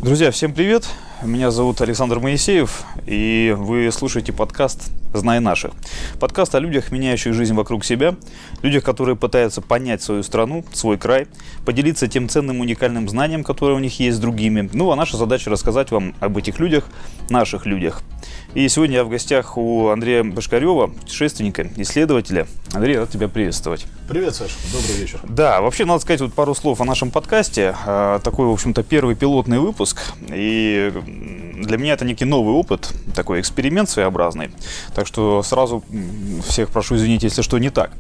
Друзья, всем привет! Меня зовут Александр Моисеев, и вы слушаете подкаст «Знай наших». Подкаст о людях, меняющих жизнь вокруг себя, людях, которые пытаются понять свою страну, свой край, поделиться тем ценным уникальным знанием, которое у них есть с другими. Ну, а наша задача рассказать вам об этих людях, наших людях. И сегодня я в гостях у Андрея Башкарева, путешественника, исследователя. Андрей, рад тебя приветствовать. Привет, Саша. Добрый вечер. Да, вообще надо сказать вот пару слов о нашем подкасте. Такой, в общем-то, первый пилотный выпуск. И для меня это некий новый опыт, такой эксперимент своеобразный. Так что сразу всех прошу извинить, если что не так.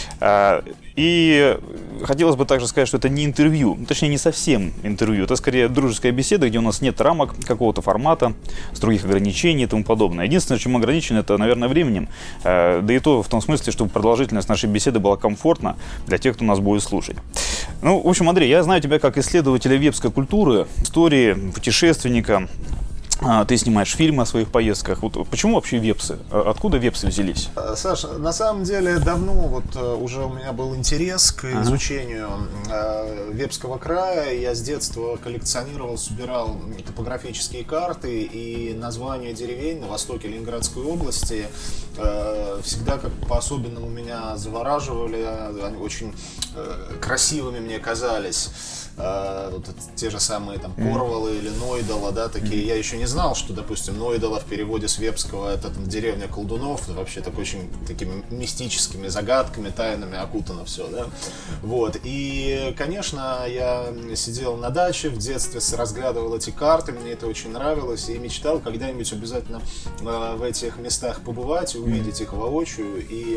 И хотелось бы также сказать, что это не интервью, точнее не совсем интервью, это скорее дружеская беседа, где у нас нет рамок какого-то формата, строгих ограничений и тому подобное. Единственное, чем ограничено, это, наверное, временем, да и то в том смысле, чтобы продолжительность нашей беседы была комфортна для тех, кто нас будет слушать. Ну, в общем, Андрей, я знаю тебя как исследователя вепской культуры, истории, путешественника. Ты снимаешь фильмы о своих поездках. Вот почему вообще вепсы? Откуда вепсы взялись? Саша, на самом деле давно уже у меня был интерес к изучению Вепского края. Я с детства коллекционировал, собирал топографические карты и названия деревень на востоке Ленинградской области. Всегда как по-особенному меня завораживали, они очень красивыми мне казались. Вот те же самые там Корвалы или Нойдала, да, такие. Я еще не знал, что, допустим, Нойдала в переводе с вепского это там деревня колдунов, вообще так очень такими мистическими загадками, тайнами окутано все, да. Вот. И, конечно, я сидел на даче в детстве, разглядывал эти карты, мне это очень нравилось и мечтал когда-нибудь обязательно в этих местах побывать и увидеть их воочию. И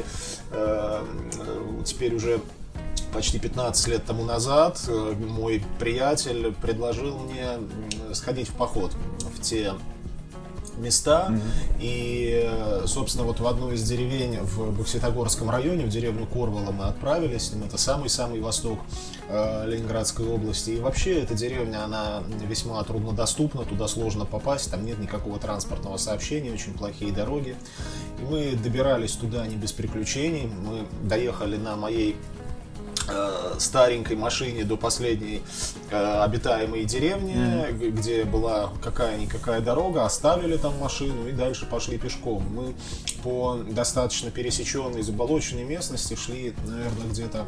теперь уже почти 15 лет тому назад мой приятель предложил мне сходить в поход в те места. И, собственно, вот в одну из деревень в Бокситогорском районе, в деревню Корвала мы отправились с ним. Это самый-самый восток Ленинградской области. И вообще эта деревня, она весьма труднодоступна, туда сложно попасть, там нет никакого транспортного сообщения, очень плохие дороги. И мы добирались туда не без приключений. Мы доехали на моей старенькой машине до последней обитаемой деревни, где была какая-никакая дорога, оставили там машину и дальше пошли пешком. Мы по достаточно пересеченной заболоченной местности шли, наверное, где-то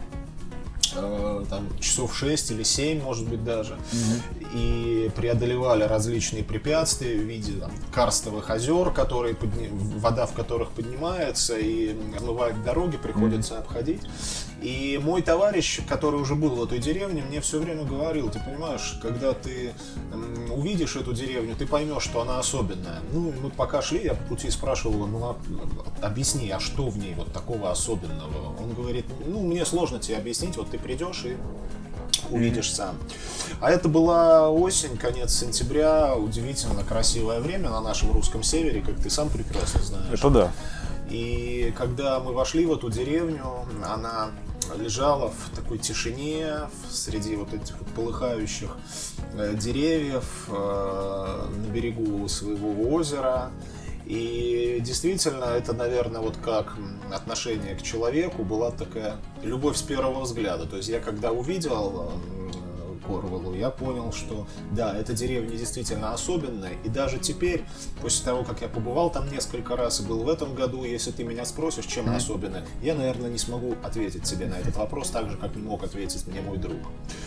там часов 6 или 7, может быть, даже, и преодолевали различные препятствия в виде там карстовых озер, вода в которых поднимается и омывает дороги, приходится обходить. И мой товарищ, который уже был в этой деревне, мне все время говорил: ты понимаешь, когда ты увидишь эту деревню, ты поймешь, что она особенная. Ну, мы пока шли, я по пути спрашивал его: ну, объясни, а что в ней вот такого особенного? Он говорит: ну, мне сложно тебе объяснить, вот ты придешь и увидишь сам. А это была осень, конец сентября, удивительно красивое время на нашем русском севере, как ты сам прекрасно знаешь. Это да. И когда мы вошли в эту деревню, она лежала в такой тишине среди вот этих вот полыхающих деревьев на берегу своего озера. И действительно, это, наверное, вот как отношение к человеку была такая любовь с первого взгляда. То есть я когда увидел Корвалу, я понял, что да, эта деревня действительно особенная. И даже теперь, после того, как я побывал там несколько раз и был в этом году, если ты меня спросишь, чем она особенная, я, наверное, не смогу ответить тебе на этот вопрос так же, как не мог ответить мне мой друг.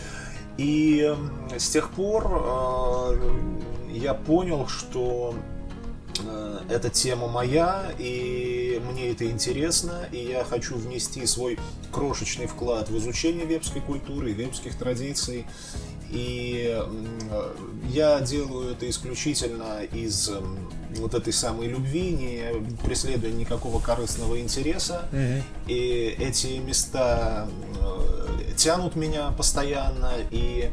И с тех пор я понял, что эта тема моя, и мне это интересно, и я хочу внести свой крошечный вклад в изучение вепской культуры и вепских традиций. И я делаю это исключительно из вот этой самой любви, не преследуя никакого корыстного интереса. И эти места тянут меня постоянно, и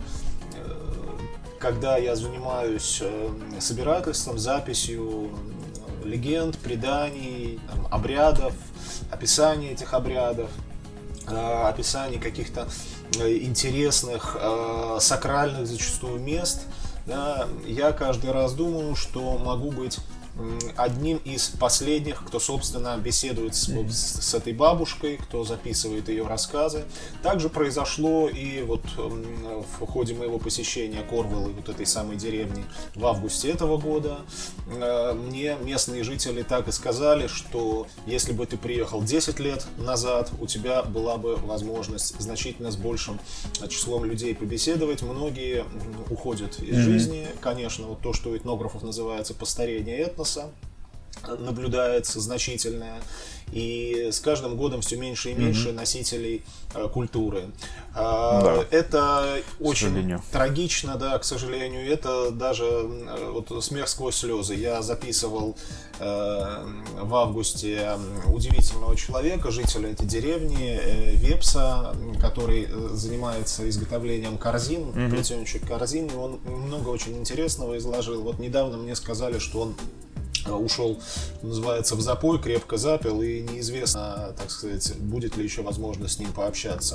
когда я занимаюсь собирательством, записью легенд, преданий, обрядов, описаний этих обрядов, описаний каких-то интересных, сакральных зачастую мест, да, я каждый раз думаю, что могу быть одним из последних, кто, собственно, беседует с этой бабушкой, кто записывает ее рассказы. Также произошло и вот в ходе моего посещения Корвеллы, вот этой самой деревни, в августе этого года, мне местные жители так и сказали, что если бы ты приехал 10 лет назад, у тебя была бы возможность значительно с большим числом людей побеседовать. Многие уходят из жизни, конечно, вот то, что у этнографов называется постарение этноса, наблюдается значительное, и с каждым годом все меньше и меньше носителей культуры. Да. Это очень трагично, да, к сожалению. Это даже вот смех сквозь слезы. Я записывал в августе удивительного человека, жителя этой деревни, Вепса, который занимается изготовлением корзин, плетенчик корзин, и он много очень интересного изложил. Вот недавно мне сказали, что он ушел, называется, в запой, крепко запил, и неизвестно, так сказать, будет ли еще возможность с ним пообщаться.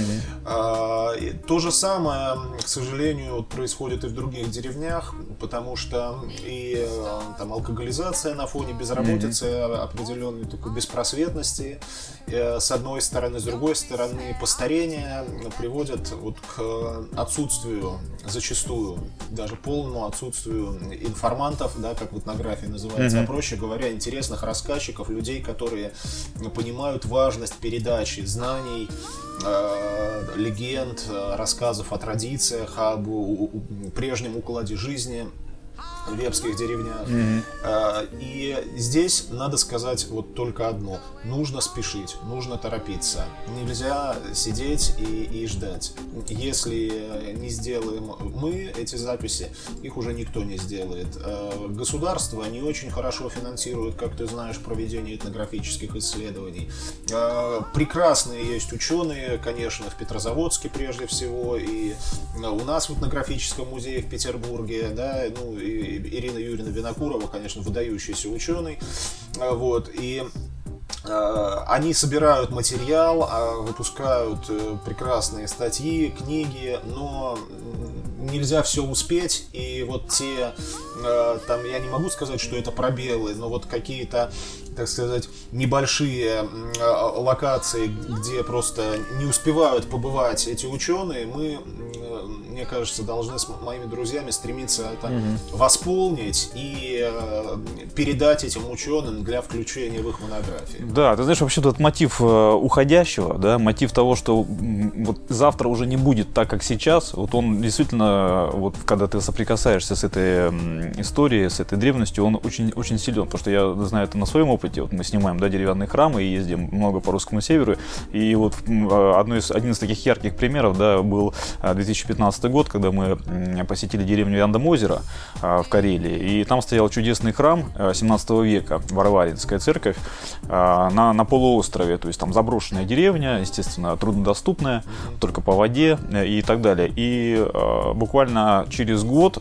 То же самое, к сожалению, происходит и в других деревнях, потому что и там алкоголизация на фоне безработицы, определенной такой беспросветности, с одной стороны, с другой стороны, постарение приводит вот к отсутствию, зачастую, даже полному отсутствию информантов, да, как в этнографии называется, а проще говоря, интересных рассказчиков, людей, которые понимают важность передачи знаний, легенд, рассказов о традициях, об прежнем укладе жизни в вепских деревнях. И здесь надо сказать вот только одно: нужно спешить, нужно торопиться, нельзя сидеть и ждать. Если не сделаем мы эти записи, их уже никто не сделает. Государство не очень хорошо финансирует, как ты знаешь, проведение этнографических исследований. Прекрасные есть ученые, конечно, в Петрозаводске прежде всего, и у нас в этнографическом музее в Петербурге, да, ну и Ирина Юрьевна Винокурова, конечно, выдающийся ученый, вот, и они собирают материал, выпускают прекрасные статьи, книги, но нельзя все успеть, и вот те, там, я не могу сказать, что это пробелы, но вот какие-то, так сказать, небольшие локации, где просто не успевают побывать эти ученые, мы, мне кажется, должны с моими друзьями стремиться это восполнить и передать этим ученым для включения в их монографии. Да, ты знаешь, вообще тот мотив уходящего, да, мотив того, что вот завтра уже не будет так, как сейчас, вот он действительно, вот когда ты соприкасаешься с этой историей, с этой древностью, он очень, очень силен, потому что я знаю это на своем опыте. Вот мы снимаем, да, деревянные храмы и ездим много по русскому северу, и вот один из таких ярких примеров, да, был 2015 год, когда мы посетили деревню Яндам-озеро в Карелии, и там стоял чудесный храм 17 века, Варваринская церковь, на полуострове, то есть там заброшенная деревня, естественно, труднодоступная, только по воде и так далее. И буквально через год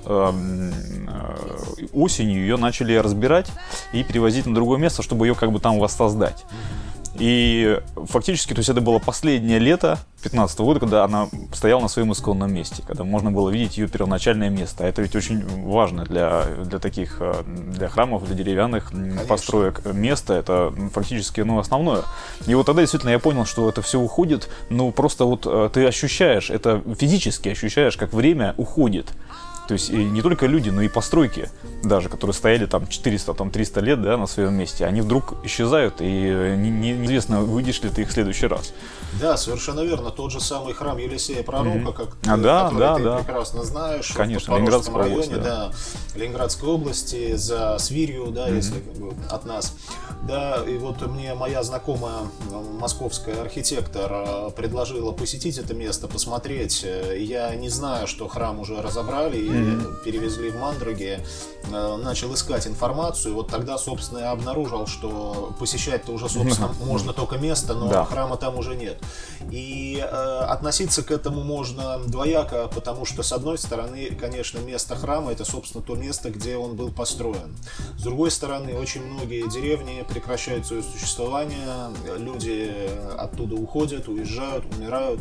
осенью ее начали разбирать и перевозить на другое место, чтобы ее как бы там воссоздать. И фактически, то есть это было последнее лето 2015 года, когда она стояла на своем исконном месте, когда можно было видеть ее первоначальное место. А это ведь очень важно для таких, для храмов, для деревянных построек место. Это фактически, ну, основное. И вот тогда действительно я понял, что это все уходит, ну, просто вот ты ощущаешь, это физически ощущаешь, как время уходит. То есть и не только люди, но и постройки даже, которые стояли там 400, там 300 лет, да, на своем месте, они вдруг исчезают, и неизвестно, увидишь ли ты их в следующий раз. Да, совершенно верно. Тот же самый храм Елисея Пророка, который ты прекрасно знаешь. Конечно, в Ленинградской районе, области, да. Ленинградской области, за Свирью, да, если как бы от нас. Да, и вот мне моя знакомая, московская архитектор, предложила посетить это место, посмотреть. Я не знаю, что храм уже разобрали и перевезли в Мандроге. Начал искать информацию. Вот тогда, собственно, я обнаружил, что посещать-то уже, собственно, можно только место, но храма там уже нет. И относиться к этому можно двояко, потому что, с одной стороны, конечно, место храма — это, собственно, то место, где он был построен. С другой стороны, очень многие деревни прекращают свое существование, люди оттуда уходят, уезжают, умирают,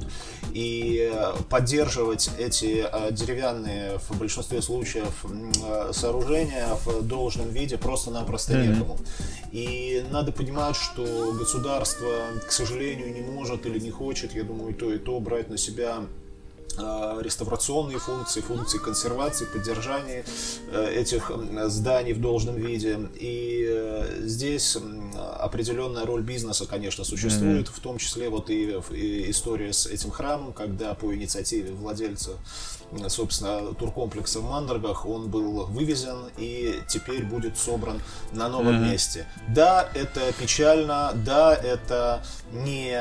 и поддерживать эти деревянные, в большинстве случаев, сооружения в должном виде просто-напросто некому. И надо понимать, что государство, к сожалению, не может или не хочет, я думаю, и то брать на себя реставрационные функции, функции консервации, поддержания этих зданий в должном виде. И здесь определенная роль бизнеса, конечно, существует, в том числе вот и история с этим храмом, когда по инициативе владельца, собственно, туркомплекса в Мандаргах, он был вывезен и теперь будет собран на новом месте. Да, это печально, да, это не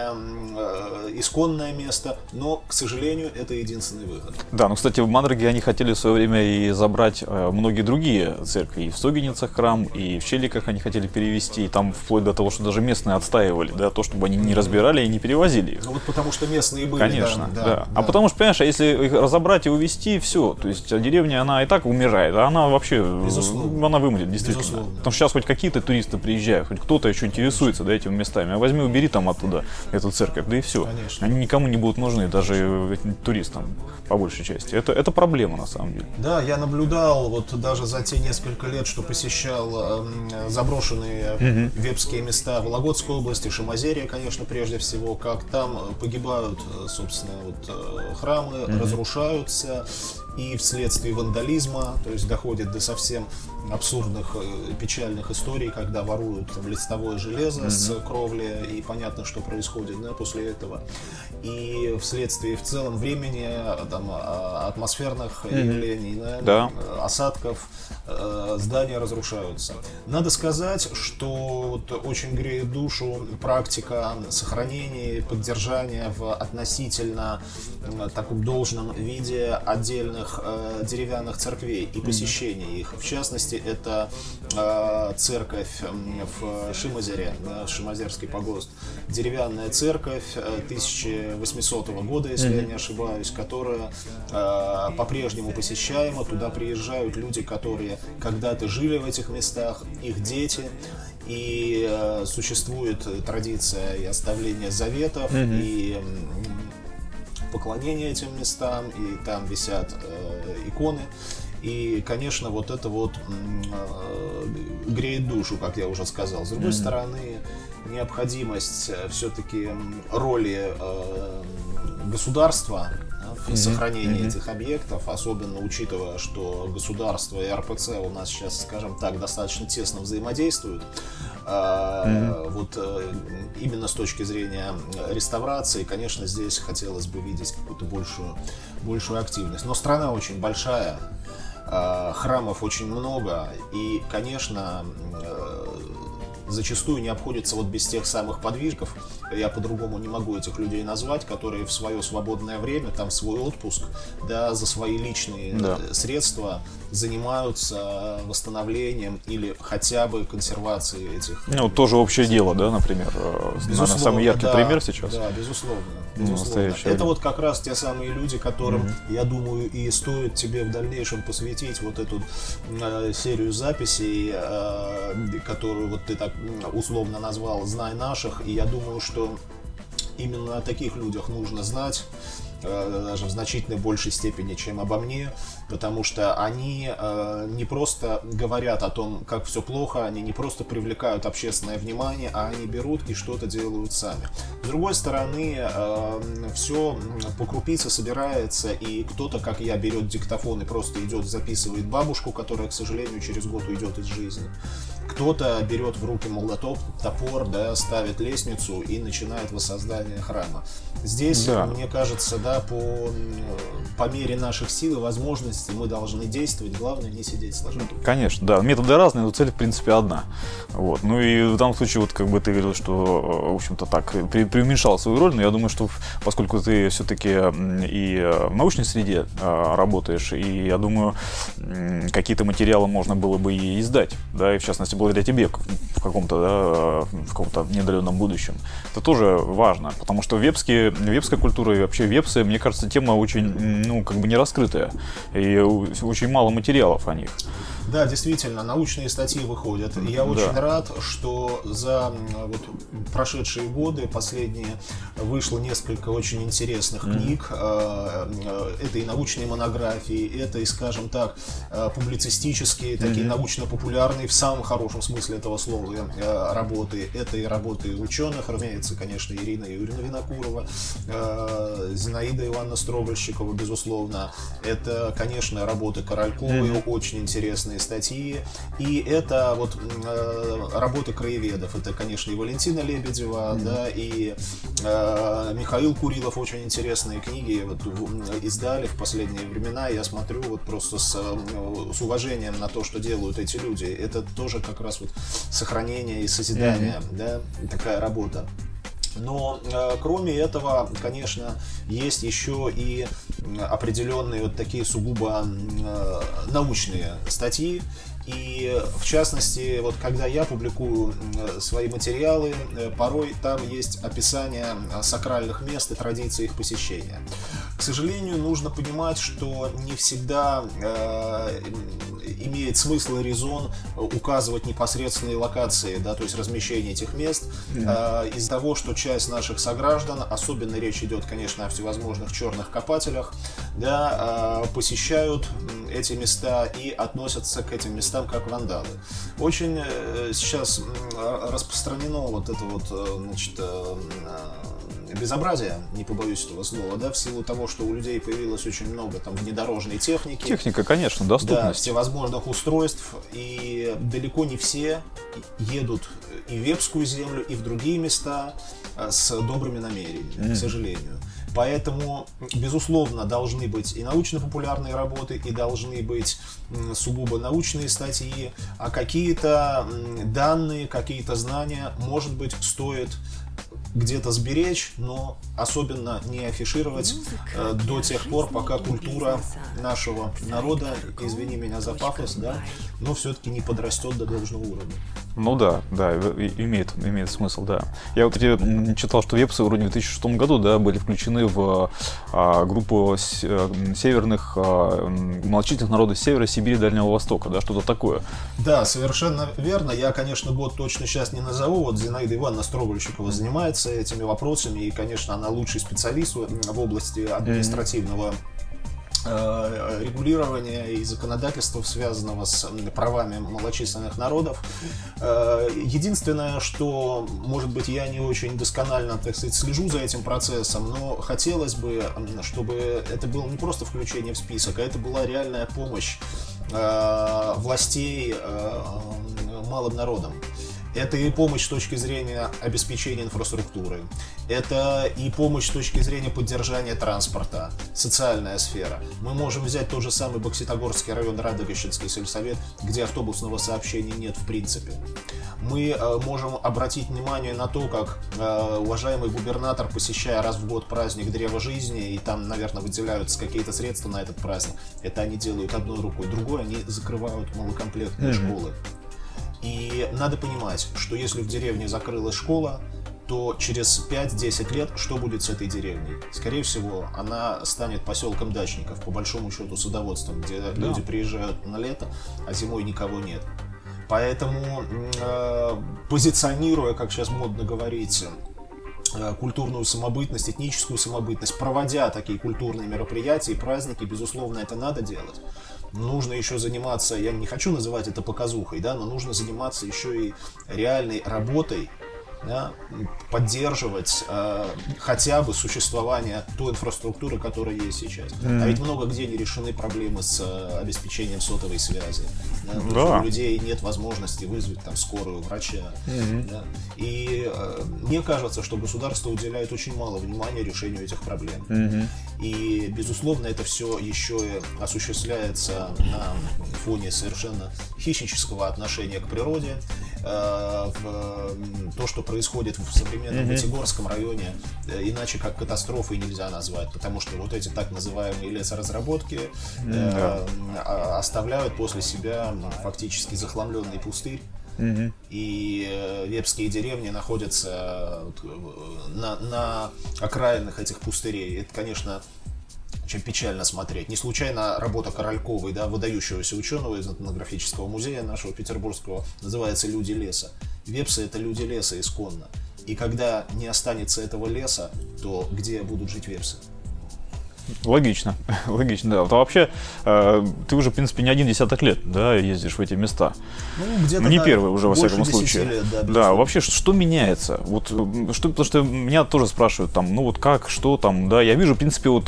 исконное место, но, к сожалению, это единственный выход. Да, ну, кстати, в Мандарге они хотели в свое время и забрать многие другие церкви. И в Стогиницах храм, и в Челиках они хотели перевести. И там вплоть до того, что даже местные отстаивали, да, то, чтобы они не разбирали и не перевозили их. Ну вот потому что местные были. Конечно, да. А потому что, понимаешь, если их разобрать и увезти, все. То есть деревня, она и так умирает, а она вообще, она вымрет, действительно. Безусловно. Потому что сейчас хоть какие-то туристы приезжают, хоть кто-то еще интересуется, да, этими местами. А возьми, убери там оттуда эту церковь, да и все. Конечно. Они никому не будут нужны, даже туристам, по большей части. Это проблема, на самом деле. Да, я наблюдал вот даже за те несколько лет, что посещал заброшенные вепские места в Вологодской области, Шимозерия, конечно, прежде всего, как там погибают, собственно, вот, храмы, разрушаются, и вследствие вандализма, то есть доходит до совсем абсурдных, печальных историй, когда воруют там листовое железо с кровли, и понятно, что происходит, да, после этого. И вследствие в целом времени, там, атмосферных явлений, да, осадков, здания разрушаются. Надо сказать, что вот очень греет душу практика сохранения, поддержания в относительно таком должном виде отдельных деревянных церквей и посещения их. В частности, это церковь в Шимозере, Шимозерский погост. Деревянная церковь 1800 года, если я не ошибаюсь, которая по-прежнему посещаема. Туда приезжают люди, которые когда-то жили в этих местах, их дети. И существует традиция и оставления заветов, и поклонение этим местам, и там висят иконы. И, конечно, вот это вот греет душу, как я уже сказал. С другой стороны, необходимость все-таки роли государства в сохранении этих объектов, особенно учитывая, что государство и РПЦ у нас сейчас, скажем так, достаточно тесно взаимодействуют. Вот именно с точки зрения реставрации, конечно, здесь хотелось бы видеть какую-то большую активность. Но страна очень большая, храмов очень много, и, конечно, зачастую не обходится вот без тех самых подвижников, я по-другому не могу этих людей назвать, которые в свое свободное время, там свой отпуск, да, за свои личные средства занимаются восстановлением или хотя бы консервацией этих. Ну, тоже общее дело, да, например. Безусловно, самый яркий пример сейчас. Да, безусловно. Это вот как раз те самые люди, которым, я думаю, и стоит тебе в дальнейшем посвятить вот эту серию записей, которую вот ты так условно назвал «Знай наших», и я думаю, что именно о таких людях нужно знать, даже в значительно большей степени, чем обо мне, потому что они не просто говорят о том, как все плохо, они не просто привлекают общественное внимание, а они берут и что-то делают сами. С другой стороны, все по крупице собирается, и кто-то, как я, берет диктофон и просто идет, записывает бабушку, которая, к сожалению, через год уйдет из жизни. Кто-то берет в руки молоток, топор, да, ставит лестницу и начинает воссоздание храма. Здесь, мне кажется, да, по мере наших сил и возможностей мы должны действовать. Главное, не сидеть сложа руки. Конечно, да. Методы разные, но цель, в принципе, одна. Вот. Ну и в данном случае, вот как бы ты говорил, что, в общем-то, так, преуменьшал свою роль, но я думаю, что поскольку ты все-таки и в научной среде работаешь, и я думаю, какие-то материалы можно было бы и издать, да, и в частности, благодаря тебе в каком-то недалеком будущем. Это тоже важно, потому что вебская культура и вообще вебсы, мне кажется, тема очень, не раскрытая, и очень мало материалов о них. Да, действительно, научные статьи выходят. И я очень рад, что за прошедшие годы, последние, вышло несколько очень интересных книг. Это и научные монографии, это и, скажем так, публицистические, такие научно-популярные, в самом хорошем смысле этого слова, работы. Это и работы ученых, разумеется, конечно, Ирина Юрьевна Винокурова, Зинаида Ивановна Строгольщикова, безусловно. Это, конечно, работы Корольковой, очень интересные статьи. И это работы краеведов. Это, конечно, и Валентина Лебедева, да, и Михаил Курилов, очень интересные книги издали в последние времена. Я смотрю просто с уважением на то, что делают эти люди. Это тоже как раз сохранение и созидание, да, такая работа. Но кроме этого, конечно, есть еще и определенные такие сугубо научные статьи. И в частности, когда я публикую свои материалы, порой там есть описание сакральных мест и традиций их посещения. К сожалению, нужно понимать, что не всегда имеет смысл и резон указывать непосредственные локации, да, то есть размещение этих мест, из-за того, что часть наших сограждан, особенно речь идет, конечно, о всевозможных черных копателях, да, посещают эти места и относятся к этим местам как вандалы. Очень сейчас распространено безобразие, не побоюсь этого слова, да, в силу того, что у людей появилось очень много внедорожной техники. Техника, конечно, доступность. Да, всевозможных устройств, и далеко не все едут и в Вепскую землю, и в другие места с добрыми намерениями, к сожалению. Поэтому, безусловно, должны быть и научно-популярные работы, и должны быть сугубо научные статьи, а какие-то данные, какие-то знания, может быть, стоит где-то сберечь, но особенно не афишировать до тех пор, пока культура нашего народа, извини меня за пафос, да, но все-таки не подрастет до должного уровня. Ну да, имеет смысл, да. Я читал, что вепсы вроде в 2006 году, да, были включены в группу северных малочисленных народов Севера, Сибири, Дальнего Востока, да, что-то такое. Да, совершенно верно. Я, конечно, год точно сейчас не назову. Зинаида Ивановна Строгольщикова занимается этими вопросами, и, конечно, она лучший специалист в области административного регулирования и законодательства, связанного с правами малочисленных народов. Единственное, что, может быть, я не очень досконально, так сказать, слежу за этим процессом, но хотелось бы, чтобы это было не просто включение в список, а это была реальная помощь властей малым народам. Это и помощь с точки зрения обеспечения инфраструктуры, это и помощь с точки зрения поддержания транспорта, социальная сфера. Мы можем взять тот же самый Бокситогорский район, Радовищенский сельсовет, где автобусного сообщения нет в принципе. Мы можем обратить внимание на то, как уважаемый губернатор, посещая раз в год праздник Древа Жизни, и там, наверное, выделяются какие-то средства на этот праздник, это они делают одной рукой, другой они закрывают малокомплектные школы. И надо понимать, что если в деревне закрылась школа, то через 5-10 лет что будет с этой деревней? Скорее всего, она станет поселком дачников, по большому счету садоводством, где люди приезжают на лето, а зимой никого нет. Поэтому, позиционируя, как сейчас модно говорить, культурную самобытность, этническую самобытность, проводя такие культурные мероприятия и праздники, безусловно, это надо делать. Нужно еще заниматься, я не хочу называть это показухой, да, но нужно заниматься еще и реальной работой, да, поддерживать хотя бы существование той инфраструктуры, которая есть сейчас. А ведь много где не решены проблемы с обеспечением сотовой связи. Да? У людей нет возможности вызвать скорую, врача. Да? И мне кажется, что государство уделяет очень мало внимания решению этих проблем. И, безусловно, это все еще и осуществляется на фоне совершенно хищнического отношения к природе. То, что происходит в современном Пятигорском районе, иначе как катастрофой нельзя назвать, потому что вот эти так называемые лесоразработки оставляют после себя фактически захламленный пустырь. И вепские деревни находятся на окраинах этих пустырей. Это, конечно, очень печально смотреть. Не случайно работа Корольковой, да, выдающегося ученого из этнографического музея нашего петербургского, называется «Люди леса». Вепсы — это люди леса исконно. И когда не останется этого леса, то где будут жить вепсы? Логично, логично, да. Вот, а вообще, ты уже, в принципе, не один десяток лет, да, ездишь в эти места. Ну, где-то не первый уже, во всяком случае. Лет, да, вообще, что меняется? Вот, потому что меня тоже спрашивают, там, ну вот как, что там, да, я вижу, в принципе, вот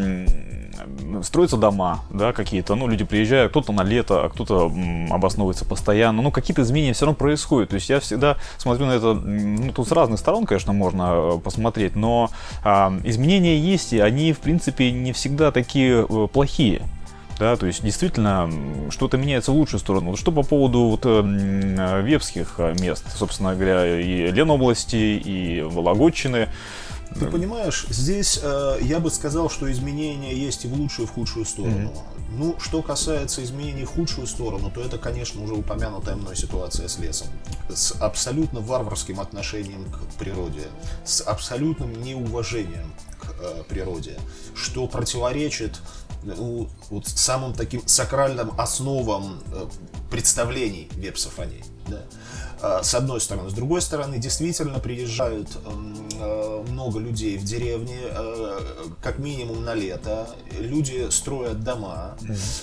строятся дома, да, какие-то, ну, люди приезжают, кто-то на лето, а кто-то обосновывается постоянно, ну, какие-то изменения все равно происходят, то есть я всегда смотрю на это, ну, тут с разных сторон, конечно, можно посмотреть, но изменения есть, и они, в принципе, не всегда такие плохие. Да, то есть действительно что-то меняется в лучшую сторону. Вот что по поводу вот, вепских мест, собственно говоря, и Ленобласти, и Вологодчины. Ты понимаешь, здесь я бы сказал, что изменения есть и в лучшую, и в худшую сторону. Ну, что касается изменений в худшую сторону, то это, конечно, уже упомянутая мной ситуация с лесом. С абсолютно варварским отношением к природе, с абсолютным неуважением к природе, что противоречит вот самым таким сакральным основам представлений вепсов о ней. Да. С одной стороны. С другой стороны, действительно приезжают много людей в деревне, как минимум на лето. Люди строят дома.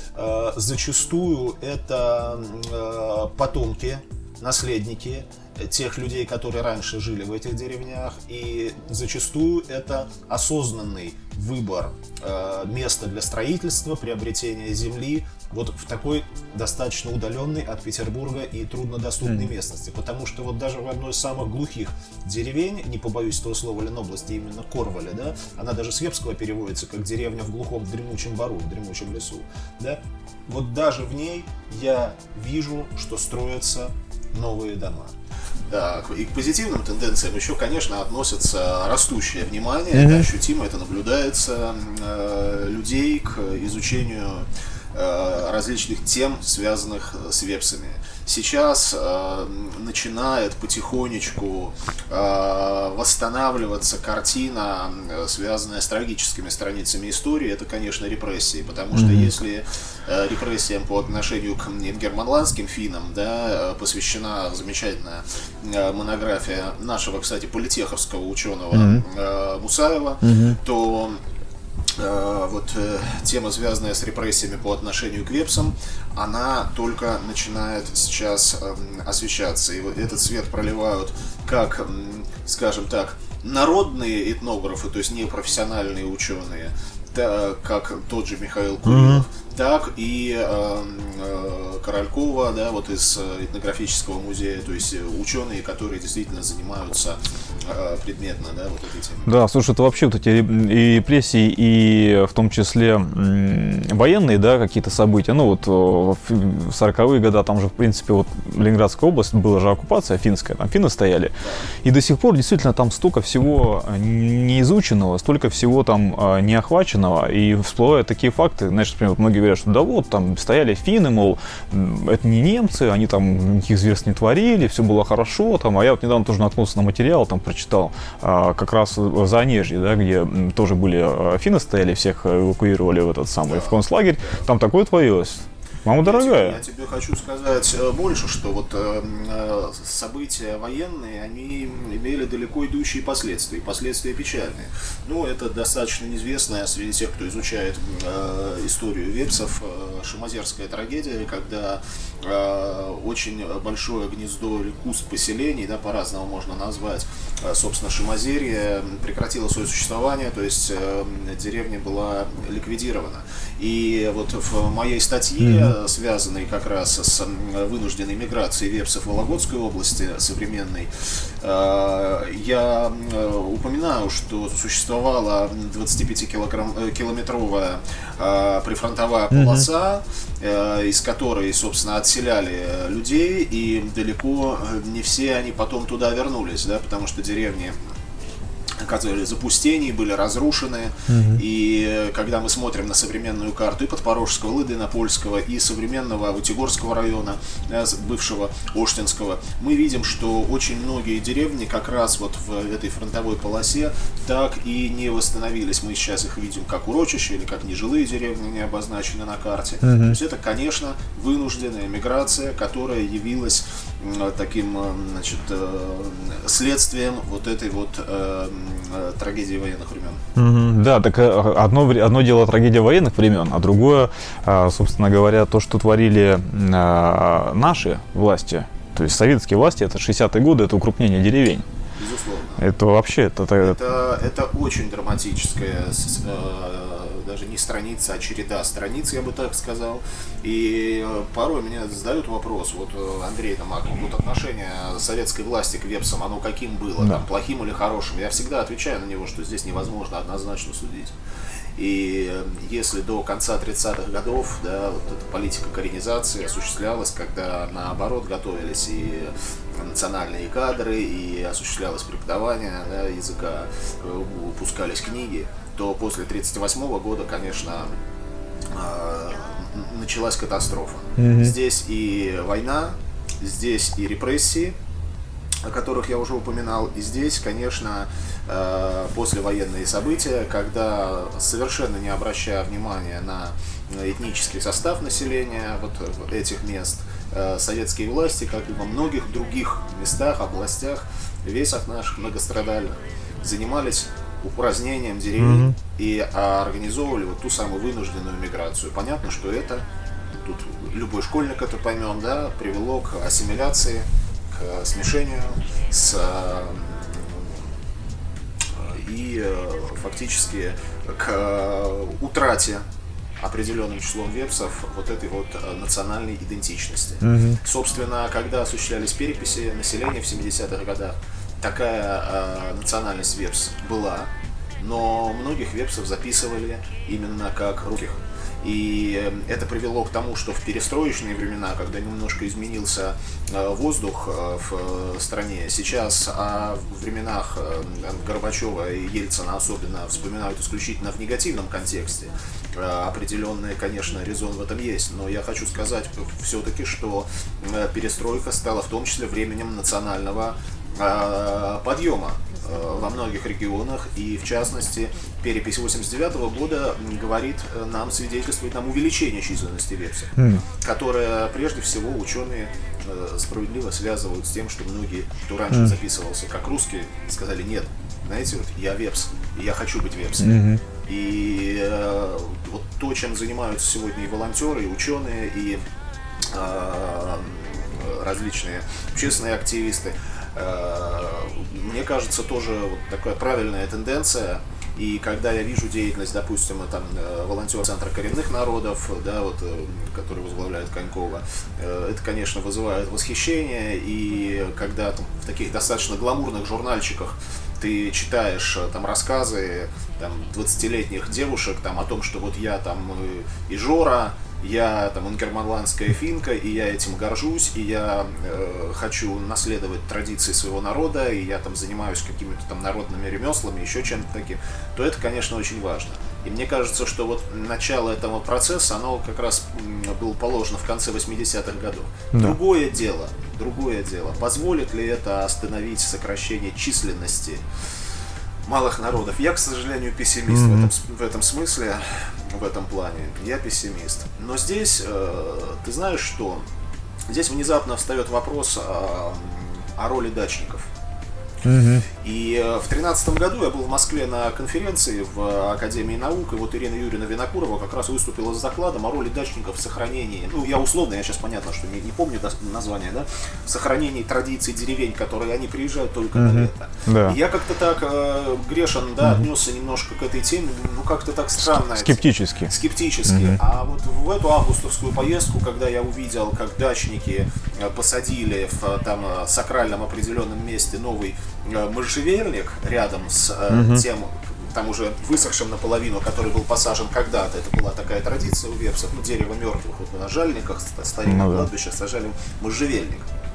Зачастую это потомки, наследники тех людей, которые раньше жили в этих деревнях, и зачастую это осознанный выбор места для строительства, приобретения земли вот в такой достаточно удаленной от Петербурга и труднодоступной местности, потому что вот даже в одной из самых глухих деревень, не побоюсь этого слова, Ленобласти, именно Корвале, да, она даже с вепского переводится как деревня в глухом, в дремучем бару, в дремучем лесу, да, вот даже в ней я вижу, что строятся новые дома. Да, и к позитивным тенденциям еще, конечно, относится растущее внимание, это ощутимо, это наблюдается людей к изучению различных тем, связанных с вепсами. Сейчас начинает потихонечку восстанавливаться картина, связанная с трагическими страницами истории. Это, конечно, репрессии, потому что если репрессиям по отношению к ингерманландским финнам, да, посвящена замечательная монография нашего, кстати, политеховского ученого Мусаева, то вот тема, связанная с репрессиями по отношению к вепсам, она только начинает сейчас освещаться. И вот этот свет проливают как, скажем так, народные этнографы, то есть непрофессиональные ученые, как тот же Михаил Курилов, так и Королькова, да, вот из этнографического музея, то есть ученые, которые действительно занимаются предметно, да, вот этой темой. Да, слушай, это вообще вот эти и репрессии, и в том числе военные, да, какие-то события, ну вот в 40-е годы там же, в принципе, вот Ленинградская область, была же оккупация финская, там финны стояли, и до сих пор действительно там столько всего неизученного, столько всего там не охваченного, и всплывают такие факты, знаешь, например, вот многие говорят, что да вот, там стояли финны, мол, это не немцы, они там никаких зверств не творили, все было хорошо, там, а я вот недавно тоже наткнулся на материал, там прочитал, как раз в Заонежье, да, где тоже были финны стояли, всех эвакуировали в этот самый, в концлагерь, там такое творилось. Мама дорогая. Я тебе хочу сказать больше, что вот события военные, они имели далеко идущие последствия, последствия печальные. Ну, это достаточно неизвестная среди тех, кто изучает историю вепсов, шимозерская трагедия, когда очень большое гнездо или куст поселений, да, по-разному можно назвать, собственно, Шимозерье прекратило свое существование, то есть деревня была ликвидирована. И вот в моей статье, связанной как раз с вынужденной миграцией вепсов в Вологодской области современной, я упоминаю, что существовала 25-километровая прифронтовая полоса, из которой, собственно, отселяли людей, и далеко не все они потом туда вернулись, да, потому что деревни которые запустений, были разрушены. И когда мы смотрим на современную карту и Подпорожского, Лыдина-Польского, и современного Утигорского района, бывшего Оштинского, мы видим, что очень многие деревни как раз вот в этой фронтовой полосе так и не восстановились. Мы сейчас их видим как урочища или как нежилые деревни, не обозначены на карте. То есть это, конечно, вынужденная миграция, которая явилась таким, значит, следствием вот этой вот трагедии военных времен. Да, так одно дело трагедия военных времен, а другое, собственно говоря, то, что творили наши власти, то есть советские власти, это 60-е годы, это укрупнение деревень. Безусловно. Это вообще... Это очень драматическая, даже не страница, а череда страниц, я бы так сказал. И порой мне задают вопрос, вот, Андрей, там, вот отношение советской власти к вепсам, оно каким было, там, плохим или хорошим? Я всегда отвечаю на него, что здесь невозможно однозначно судить. И если до конца 30-х годов, да, вот эта политика коренизации осуществлялась, когда наоборот готовились и национальные кадры, и осуществлялось преподавание, да, языка, выпускались книги, то после 1938 года, конечно, началась катастрофа. Здесь и война, здесь и репрессии, о которых я уже упоминал, и здесь, конечно, послевоенные события, когда, совершенно не обращая внимания на этнический состав населения вот этих мест, советские власти, как и во многих других местах, областях, весях наших многострадальных, занимались упразднением деревень и организовывали вот ту самую вынужденную миграцию. Понятно, что это, тут любой школьник это поймет, да, привело к ассимиляции, к смешению и фактически к утрате определенным числом вепсов вот этой вот национальной идентичности. Собственно, когда осуществлялись переписи населения в 70-х годах, такая национальность вепс была, но многих вепсов записывали именно как русских. И это привело к тому, что в перестроечные времена, когда немножко изменился воздух в стране, сейчас о временах Горбачева и Ельцина особенно вспоминают исключительно в негативном контексте. Определенный, конечно, резон в этом есть, но я хочу сказать все-таки, что перестройка стала в том числе временем национального подъема во многих регионах, и в частности перепись 1989 года говорит нам, свидетельствует нам увеличение численности вепсов, которое прежде всего ученые справедливо связывают с тем, что многие, кто раньше записывался как русские, сказали: нет, знаете, вот я вепс, и я хочу быть вепсом. И вот то, чем занимаются сегодня и волонтеры, и ученые, и различные общественные активисты, мне кажется, тоже вот такая правильная тенденция. И когда я вижу деятельность, допустим, там, волонтера Центра коренных народов, да, вот, который возглавляет Конькова, это, конечно, вызывает восхищение. И когда там, в таких достаточно гламурных журнальчиках ты читаешь там рассказы там, 20-летних девушек там, о том, что вот я там и Жора, я там ингерманландская финка, и я этим горжусь, и я хочу наследовать традиции своего народа, и я там занимаюсь какими-то там народными ремеслами, еще чем-то таким, то это, конечно, очень важно. И мне кажется, что вот начало этого процесса, оно как раз было положено в конце 80-х годов. Да. Другое дело, позволит ли это остановить сокращение численности малых народов? Я, к сожалению, пессимист в этом смысле, в этом плане. Я пессимист. Но здесь, ты знаешь что? Здесь внезапно встает вопрос о роли дачников. И в 2013 году я был в Москве на конференции в Академии наук, и вот Ирина Юрьевна Винокурова как раз выступила с докладом о роли дачников в сохранении, ну я условно, я сейчас понятно, что не помню название, да, в сохранении традиций деревень, которые они приезжают только на лето. Да. И я как-то так грешен, да, отнесся немножко к этой теме, ну как-то так странно. Скептически. А вот в эту августовскую поездку, когда я увидел, как дачники посадили в там сакральном определенном месте новый можжевельник рядом с тем, там уже высохшим наполовину, который был посажен когда-то. Это была такая традиция у вепсов, ну, дерево мертвых. Вот на жальниках, старинных кладбищах сажали можжевельник.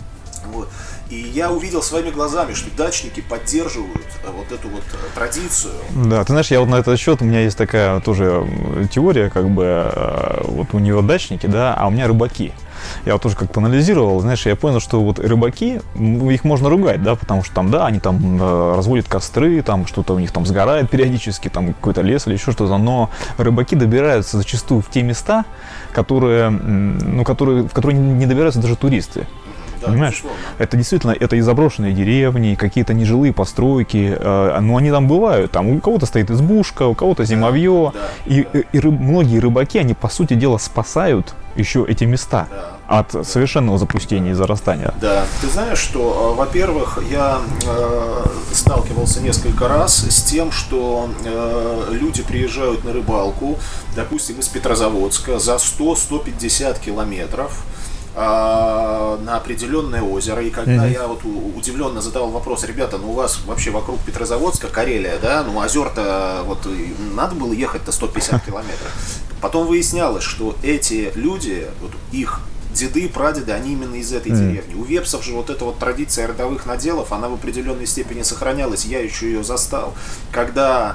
Вот. И я увидел своими глазами, что дачники поддерживают вот эту вот традицию. Да, ты знаешь, я вот на этот счет, у меня есть такая тоже теория, как бы, вот у него дачники, да, а у меня рыбаки. Я вот тоже как-то анализировал, знаешь, я понял, что вот рыбаки, их можно ругать, да, потому что там, да, они там разводят костры, там что-то у них там сгорает периодически, там какой-то лес или еще что-то, но рыбаки добираются зачастую в те места, в которые не добираются даже туристы. Да, понимаешь? Безусловно. Это действительно, это и заброшенные деревни, какие-то нежилые постройки, но они там бывают. Там у кого-то стоит избушка, у кого-то зимовье. Да, и многие рыбаки, они, по сути дела, спасают еще эти места от совершенного запустения и зарастания. Да, ты знаешь, что, во-первых, я сталкивался несколько раз с тем, что люди приезжают на рыбалку, допустим, из Петрозаводска за 100-150 километров на определенное озеро, и когда я вот удивленно задавал вопрос: ребята, ну у вас вообще вокруг Петрозаводска, Карелия, да, ну озер-то вот надо было ехать-то 150 километров. Потом выяснялось, что эти люди, вот их деды, прадеды, они именно из этой деревни. У вепсов же вот эта вот традиция родовых наделов, она в определенной степени сохранялась, я еще ее застал. Когда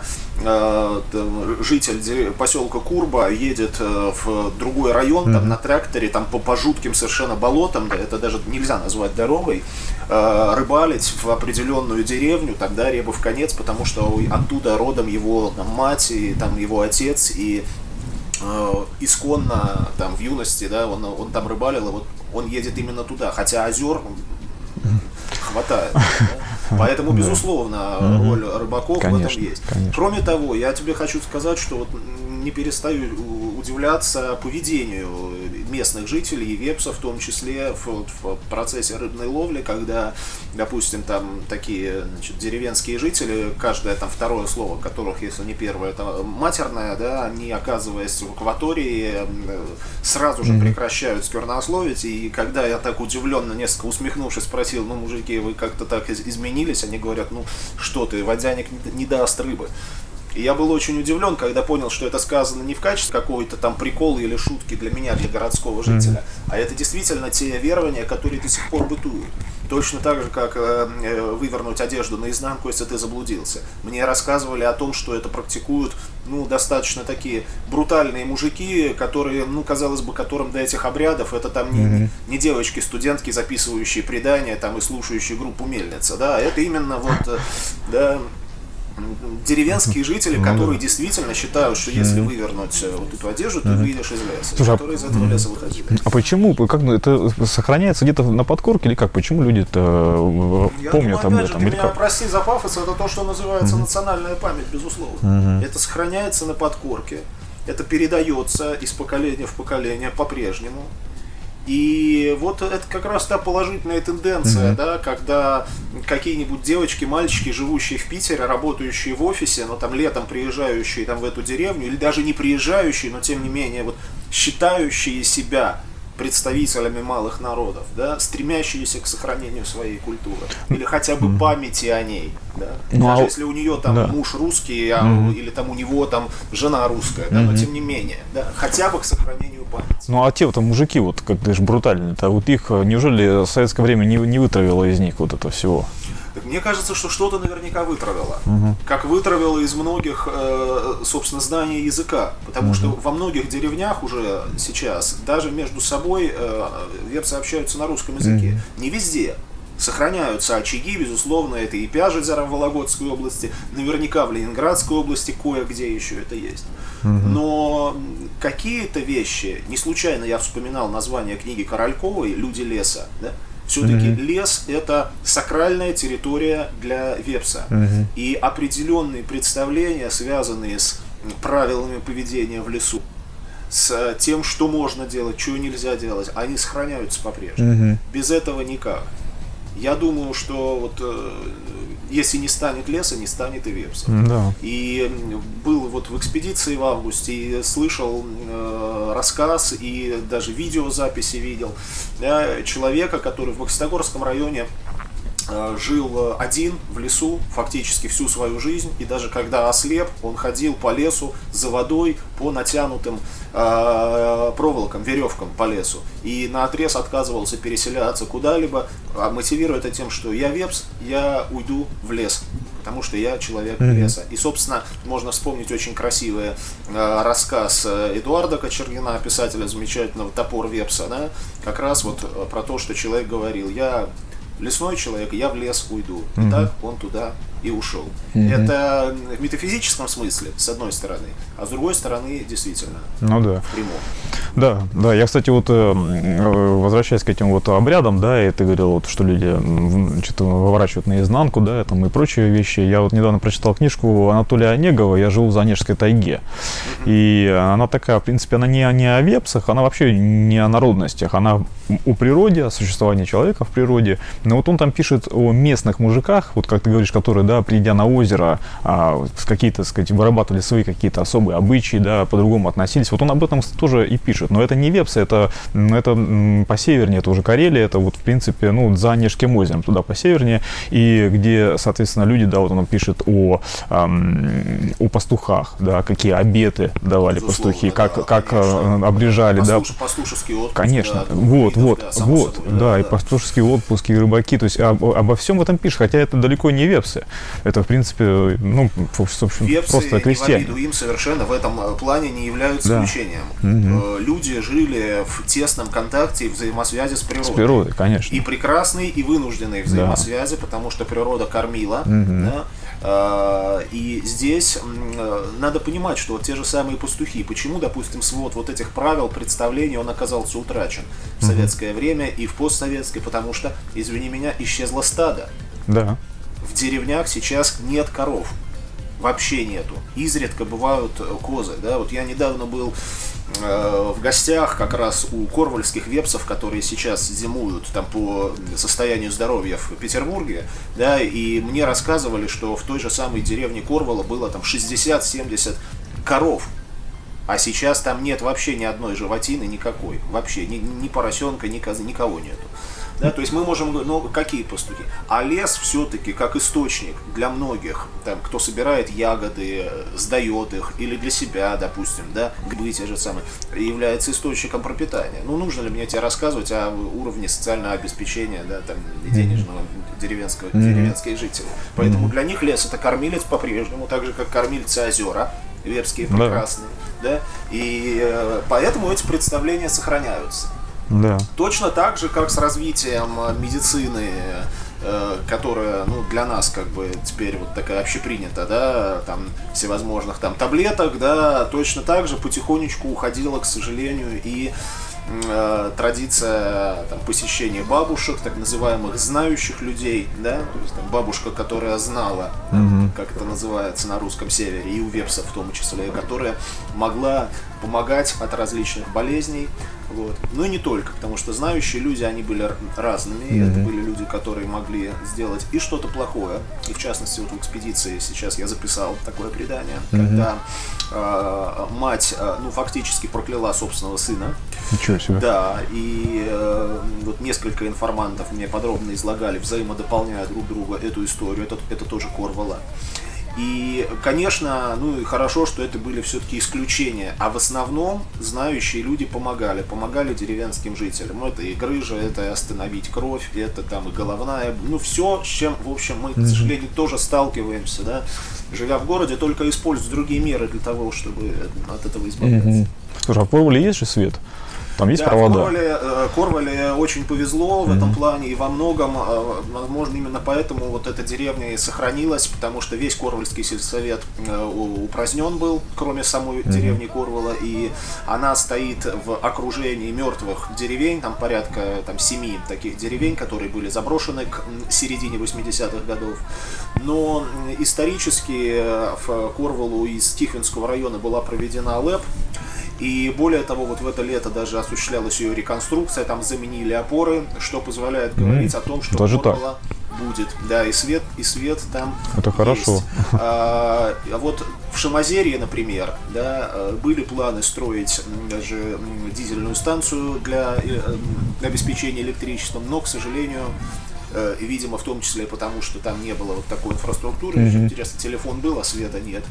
житель поселка Курба едет в другой район, там на тракторе, там по жутким совершенно болотам, да, это даже нельзя назвать дорогой, рыбалить в определенную деревню, тогда Рябов конец, потому что оттуда родом его там мать и там его отец, и исконно там в юности, да, он там рыбалил, и вот он едет именно туда, хотя озер хватает. Да? Поэтому, безусловно, роль рыбаков в этом есть. Конечно. Кроме того, я тебе хочу сказать, что вот не перестаю удивляться поведению местных жителей и вепсов, в том числе в процессе рыбной ловли, когда, допустим, там такие, значит, деревенские жители, каждое там второе слово которых, если не первое, это матерное, да, они, оказываясь в акватории, сразу же прекращают сквернословить, и когда я так удивленно, несколько усмехнувшись, спросил: ну, мужики, вы как-то так изменились, они говорят: ну, что ты, водяник не даст рыбы. И я был очень удивлен, когда понял, что это сказано не в качестве какого-то там прикола или шутки для меня, для городского жителя, а это действительно те верования, которые до сих пор бытуют. Точно так же, как вывернуть одежду наизнанку, если ты заблудился. Мне рассказывали о том, что это практикуют, ну, достаточно такие брутальные мужики, которые, ну, казалось бы, которым до этих обрядов это там не девочки-студентки, записывающие предания там и слушающие группу «Мельница», да, это именно вот, да, деревенские жители, которые действительно считают, что если вывернуть вот эту одежду, ты выйдешь из леса. Слушай, которые из этого леса выходили. А почему? Как это сохраняется где-то на подкорке или как? Почему люди-то помнят об этом? Ты меня прости за пафос, это то, что называется национальная память, безусловно. Это сохраняется на подкорке, это передается из поколения в поколение по-прежнему. И вот это как раз та положительная тенденция, да, когда какие-нибудь девочки, мальчики, живущие в Питере, работающие в офисе, но там летом приезжающие там в эту деревню, или даже не приезжающие, но тем не менее вот считающие себя представителями малых народов, да, стремящиеся к сохранению своей культуры или хотя бы памяти о ней, да. Даже если у нее там муж русский, или там у него там жена русская, да, но тем не менее, да, хотя бы к сохранению памяти. Ну а те вот мужики, вот как ты же брутальные-то, вот их неужели в советское время не вытравило из них вот это всего? Так мне кажется, что что-то наверняка вытравило. Как вытравило из многих, собственно, знаний языка. Потому что во многих деревнях уже сейчас, даже между собой, вепсы общаются на русском языке. Не везде. Сохраняются очаги, безусловно, это и Пяжезеро в Вологодской области, наверняка в Ленинградской области кое-где еще это есть. Но какие-то вещи, не случайно я вспоминал название книги Корольковой «Люди леса», да? Все-таки лес – это сакральная территория для вепса. И определенные представления, связанные с правилами поведения в лесу, с тем, что можно делать, что нельзя делать, они сохраняются по-прежнему. Без этого никак. Я думаю, что вот если не станет леса, не станет и вепсов. И был вот в экспедиции в августе, и слышал рассказ, и даже видеозаписи видел, да, человека, который в Бокситогорском районе жил один в лесу фактически всю свою жизнь, и даже когда ослеп, он ходил по лесу за водой по натянутым проволокам, веревкам по лесу, и наотрез отказывался переселяться куда-либо, мотивируя это тем, что я вепс, я уйду в лес, потому что я человек леса. И, собственно, можно вспомнить очень красивый рассказ Эдуарда Кочергина, писателя замечательного «Топор вепса», да? Как раз вот про то, что человек говорил: я лесной человек, я в лес уйду. И так он туда и ушел. Это в метафизическом смысле, с одной стороны, а с другой стороны, действительно, ну, да. в прямом. Да, да, я, кстати, вот возвращаясь к этим вот обрядам, да, и ты говорил, вот, что люди что-то выворачивают наизнанку, да, там и прочие вещи. Я вот недавно прочитал книжку Анатолия Онегова «Я живу в Занежской тайге». И она такая, в принципе, она не о вепсах, она вообще не о народностях, она о природе, о существовании человека в природе. Но вот он там пишет о местных мужиках, вот как ты говоришь, которые, да, придя на озеро, какие-то, так сказать, вырабатывали свои какие-то особые обычаи, да, по-другому относились. Вот он об этом тоже и пишет. Но это не вепсы, это по севернее, это уже Карелия, это вот, в принципе, ну, за Онежским озером, туда по севернее, и где, соответственно, люди, да, вот он пишет о пастухах, да, какие обеты давали пастухи, да, как обрежали, да. Пастушеский отпуск. Конечно, да, вот, собой, да, и пастушеские отпуски, и рыбаки, то есть обо всем этом пишет, хотя это далеко не вепсы, это, в принципе, ну, в общем, вепсы, просто крестьяне. Вепсы, им совершенно в этом плане не являются исключением. Люди жили в тесном контакте и взаимосвязи с природой. С природой, конечно. И прекрасной, и вынужденной взаимосвязи, потому что природа кормила. Да? И здесь надо понимать, что вот те же самые пастухи, почему, допустим, свод вот этих правил, представлений, он оказался утрачен в советское время и в постсоветское, потому что, извини меня, исчезло стадо. Да. В деревнях сейчас нет коров. Вообще нету. Изредка бывают козы. Да? Вот я недавно был в гостях как раз у корвальских вепсов, которые сейчас зимуют там по состоянию здоровья в Петербурге, да, и мне рассказывали, что в той же самой деревне Корвала было там 60-70 коров, а сейчас там нет вообще ни одной животины, никакой, вообще, ни поросенка, ни козы, никого нету. Да, то есть мы можем говорить, ну какие пастухи? А лес все-таки как источник для многих, там, кто собирает ягоды, сдает их, или для себя, допустим, да, грибы те же самые, является источником пропитания. Ну, нужно ли мне тебе рассказывать о уровне социального обеспечения, да, там, денежного деревенских жителей? Поэтому для них лес — это кормилец по-прежнему, так же, как кормильцы озера, вепские прекрасные, да, и поэтому эти представления сохраняются. Да. Точно так же, как с развитием медицины, которая, ну, для нас как бы теперь вот такая общепринята, да, там всевозможных там таблеток, да, точно так же потихонечку уходила, к сожалению, и традиция там посещения бабушек, так называемых знающих людей, да, то есть там бабушка, которая знала, как это называется на русском севере, и у вепсов в том числе, которая могла помогать от различных болезней, вот. Ну и не только, потому что знающие люди, они были разными, и это были люди, которые могли сделать и что-то плохое, и в частности вот в экспедиции сейчас я записал такое предание, когда мать, ну, фактически прокляла собственного сына. Ничего себе. Да, и вот несколько информантов мне подробно излагали, взаимодополняя друг друга эту историю, это тоже Корвала. И, конечно, ну и хорошо, что это были все-таки исключения, а в основном знающие люди помогали деревенским жителям. Это и грыжа, это и остановить кровь, это там и головная, ну все, с чем, в общем, мы, к сожалению, тоже сталкиваемся, да, живя в городе, только используя другие меры для того, чтобы от этого избавляться. Слушай, а в Корвале есть же свет? Там есть, да, провода? В Корвале очень повезло в этом плане, и во многом, возможно, именно поэтому вот эта деревня и сохранилась, потому что весь Корвальский сельсовет упразднен был, кроме самой деревни Корвала, и она стоит в окружении мертвых деревень, там порядка 7 таких деревень, которые были заброшены к середине 80-х годов. Но исторически в Корвалу из Тихвинского района была проведена ЛЭП. И более того, вот в это лето даже осуществлялась ее реконструкция, там заменили опоры, что позволяет говорить о том, что Корвала будет. Да, и свет там это есть. Хорошо. А вот в Шимозерье, например, да, были планы строить даже дизельную станцию для обеспечения электричеством, но, к сожалению, видимо, в том числе потому, что там не было вот такой инфраструктуры. Интересно, телефон был, а света нет.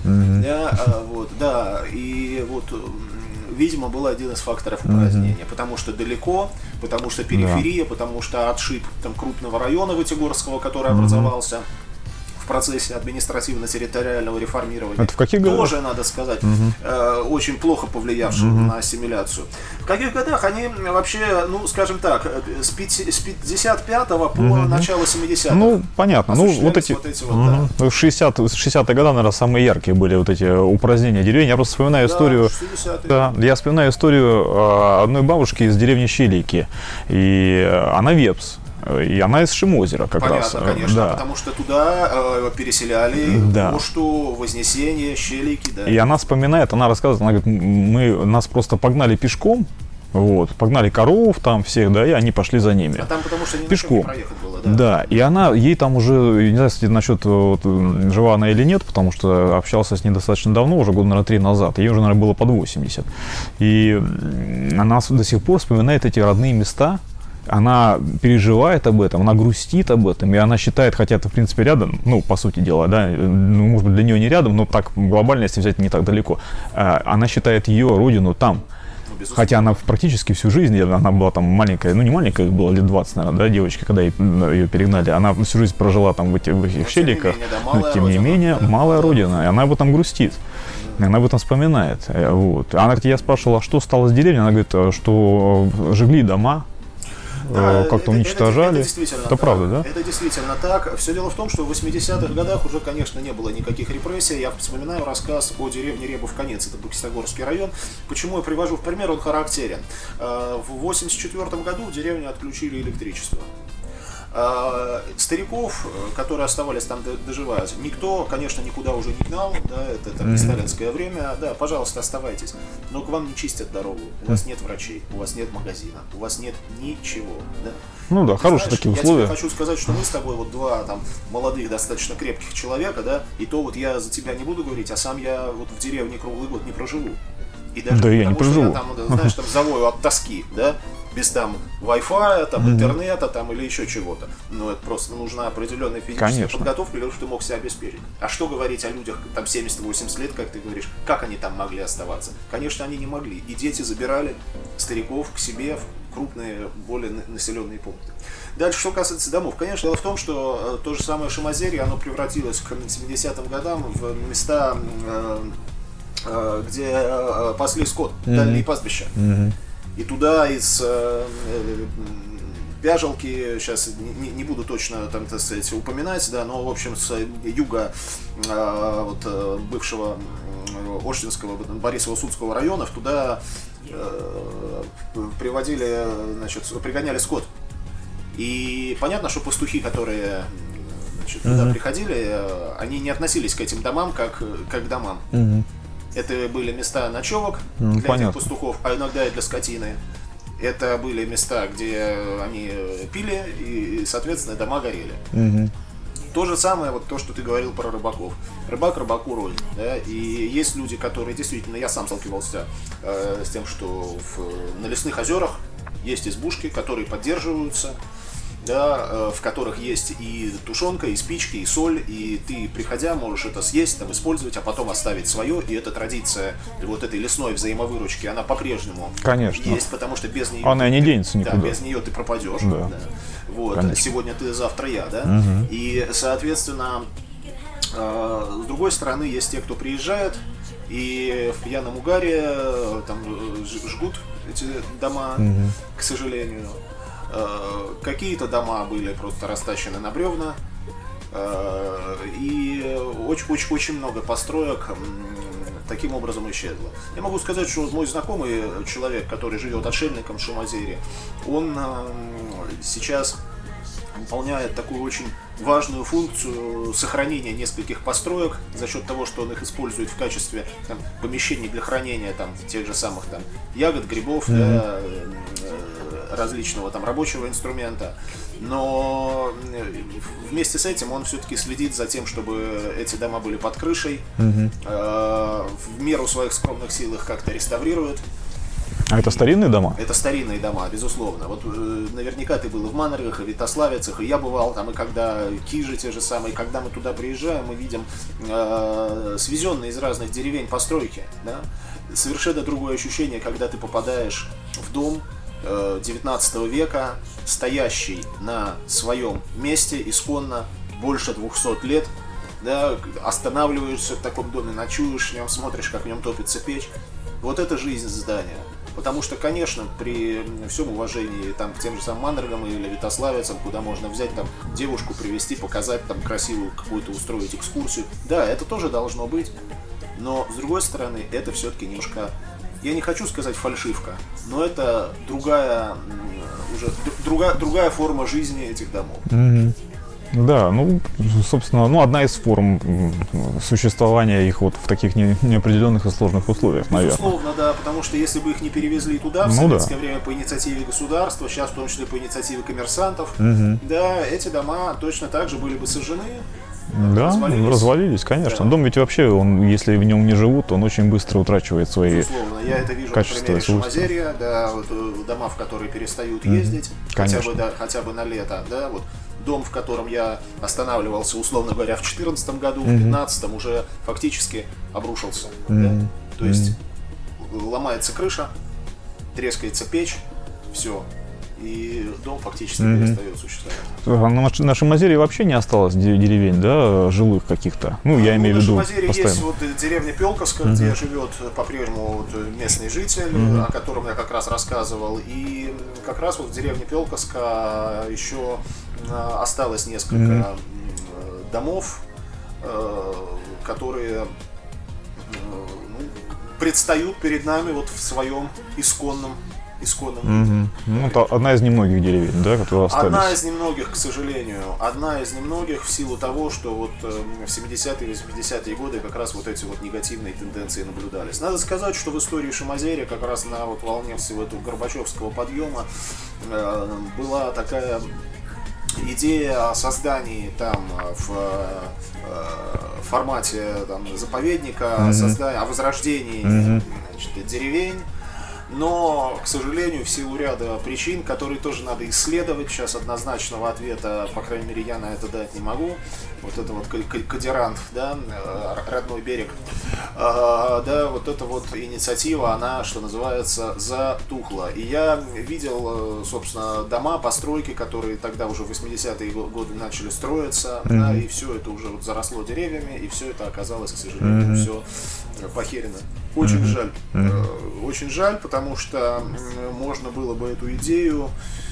И вот, видимо, был один из факторов упразднения, потому что далеко, потому что периферия, потому что отшиб там крупного района Вытегорского, который образовался в процессе административно-территориального реформирования. Это в каких годах? Тоже, надо сказать, очень плохо повлиявшим на ассимиляцию. В каких годах они вообще, ну, скажем так, с 55-го по начало 70-х. Ну, понятно. Ну, вот эти 60-е годы, наверное, самые яркие были вот эти упразднения деревень. Я просто вспоминаю историю. Я вспоминаю историю одной бабушки из деревни Щелики. И она вепс. И она из Шимозера как раз. Понятно, конечно, потому что туда переселяли Пошту, Вознесение, Щелики. Да. И она вспоминает, она рассказывает, она говорит, нас просто погнали пешком, погнали коров там всех, и они пошли за ними. А там потому что не пешком. Проехать было, да. И ей там уже, не знаю, кстати, насчет жива она или нет, потому что общался с ней достаточно давно, уже года, наверное, 3 назад. Ей уже, наверное, было под 80. И она до сих пор вспоминает эти родные места. Она переживает об этом, она грустит об этом, и она считает, хотя это, в принципе, рядом, по сути дела, может быть, для нее не рядом, но так глобально, если взять, не так далеко, она считает ее родину там. Хотя она практически всю жизнь, она была там маленькая, не маленькая, было лет 20, наверное, девочка, когда ее перегнали, она всю жизнь прожила там в этих Щеликах, тем не менее, малая родина, и она об этом грустит. Она об этом вспоминает. Она говорит, я спрашивала, а что стало с деревней, она говорит, что жгли дома, как-то уничтожали. Это правда, да? Это действительно так. Все дело в том, что в 80-х годах уже, конечно, не было никаких репрессий. Я вспоминаю рассказ о деревне Ребов-Конец, это Бокситогорский район. Почему я привожу в пример, он характерен. В 84 году в деревне отключили электричество. Стариков, которые оставались там доживать, никто, конечно, никуда уже не гнал, это там сталинское время, пожалуйста, оставайтесь, но к вам не чистят дорогу, у вас нет врачей, у вас нет магазина, у вас нет ничего, хорошие такие условия. Я тебе хочу сказать, что мы с тобой два там молодых, достаточно крепких человека, и то я за тебя не буду говорить, а сам я в деревне круглый год не проживу. И даже я не проживу. Что я там завою от тоски, без там Wi-Fi, интернета или еще чего-то. Но это просто нужна определенная физическая подготовка, для того, чтобы ты мог себя обеспечить. А что говорить о людях там 70-80 лет, как ты говоришь, как они там могли оставаться? Конечно, они не могли. И дети забирали стариков к себе в крупные, более населенные пункты. Дальше, что касается домов. Конечно, дело в том, что то же самое Шимозерье, оно превратилось к 70-м годам в места, где пасли скот, дальние пастбища. И туда из Вяжелки, сейчас не буду точно там, так сказать, упоминать, но в общем с юга бывшего Оштинского, Борисово-Судского районов туда пригоняли скот. И понятно, что пастухи, которые туда приходили, они не относились к этим домам как к домам. Это были места ночевок для этих пастухов, а иногда и для скотины. Это были места, где они пили, и, соответственно, дома горели. То же самое, то, что ты говорил про рыбаков. Рыбак рыбаку рознь. И есть люди, которые действительно, я сам сталкивался с тем, что на лесных озерах есть избушки, которые поддерживаются, в которых есть и тушенка, и спички, и соль, и ты, приходя, можешь это съесть, использовать, а потом оставить свое, и эта традиция этой лесной взаимовыручки, она по-прежнему есть, потому что без нее... Она не денется никуда. Без нее ты пропадешь. Сегодня ты, завтра я, И, соответственно, с другой стороны, есть те, кто приезжает, и в пьяном угаре жгут эти дома, к сожалению. Какие-то дома были просто растащены на бревна, и очень много построек таким образом исчезло. Я могу сказать, что мой знакомый человек, который живет отшельником в Шимозерье, он сейчас выполняет такую очень важную функцию сохранения нескольких построек за счет того, что он их использует в качестве помещений для хранения тех же самых ягод, грибов, различного рабочего инструмента, но вместе с этим он все-таки следит за тем, чтобы эти дома были под крышей, в меру своих скромных сил их как-то реставрирует. А это старинные дома? Это старинные дома, безусловно. Вот наверняка ты был и в Маннергах, и в Витославицах, и я бывал там, и когда Кижи те же самые, когда мы туда приезжаем, мы видим свезенные из разных деревень постройки, да? Совершенно другое ощущение, когда ты попадаешь в дом 19 века, стоящий на своем месте исконно больше 200 лет, да, останавливаешься в таком доме, ночуешь в нем, смотришь, как в нем топится печь. Вот это жизнь здания. Потому что, конечно, при всем уважении там, к тем же самым Маннергам или Витославицам, куда можно взять там девушку, привезти, показать там красивую какую-то, устроить экскурсию, да, это тоже должно быть. Но, с другой стороны, это все-таки немножко, я не хочу сказать фальшивка, но это другая форма жизни этих домов. Mm-hmm. Да, ну, собственно, одна из форм существования их вот в таких неопределенных и сложных условиях, наверное. Безусловно, да, потому что если бы их не перевезли туда в советское время по инициативе государства, сейчас в том числе по инициативе коммерсантов, да, эти дома точно так же были бы сожжены. Да, развалились, конечно. Да. Дом ведь вообще, если в нем не живут, он очень быстро утрачивает свои качества. Безусловно, я это вижу на примере Шумазерья, да, вот, дома, в которые перестают ездить, хотя бы на лето, да, вот. Дом, в котором я останавливался, условно говоря, в 2014 году, в 2015 уже фактически обрушился. Да? То есть ломается крыша, трескается печь, все. И дом фактически перестает существовать. На Шумазерье вообще не осталось деревень, да, жилых каких-то? Ну, я имею в виду постоянно. На Шумазерье есть вот деревня Пелковска, где живет по-прежнему вот местный житель, о котором я как раз рассказывал. И как раз вот в деревне Пелковска еще осталось несколько домов, которые предстают перед нами вот в своем исконном. Ну, это одна из немногих деревень, да, которые остались. Одна из немногих, к сожалению. Одна из немногих в силу того, что вот в 70-е и 80-е годы как раз вот эти вот негативные тенденции наблюдались. Надо сказать, что в истории Шумазерья как раз на вот волне всего этого Горбачевского подъема была такая идея о создании там в формате там, заповедника, о возрождении значит, деревень. Но, к сожалению, в силу ряда причин, которые тоже надо исследовать, сейчас однозначного ответа, по крайней мере, я на это дать не могу. Вот это вот Кадирант, да, родной берег, да, вот эта вот инициатива, она, что называется, затухла. И я видел, собственно, дома, постройки, которые тогда уже в 80-е годы начали строиться, да, и все это уже вот заросло деревьями, и все это оказалось, к сожалению, все похерено. Очень жаль. Очень жаль, потому что можно было бы эту идею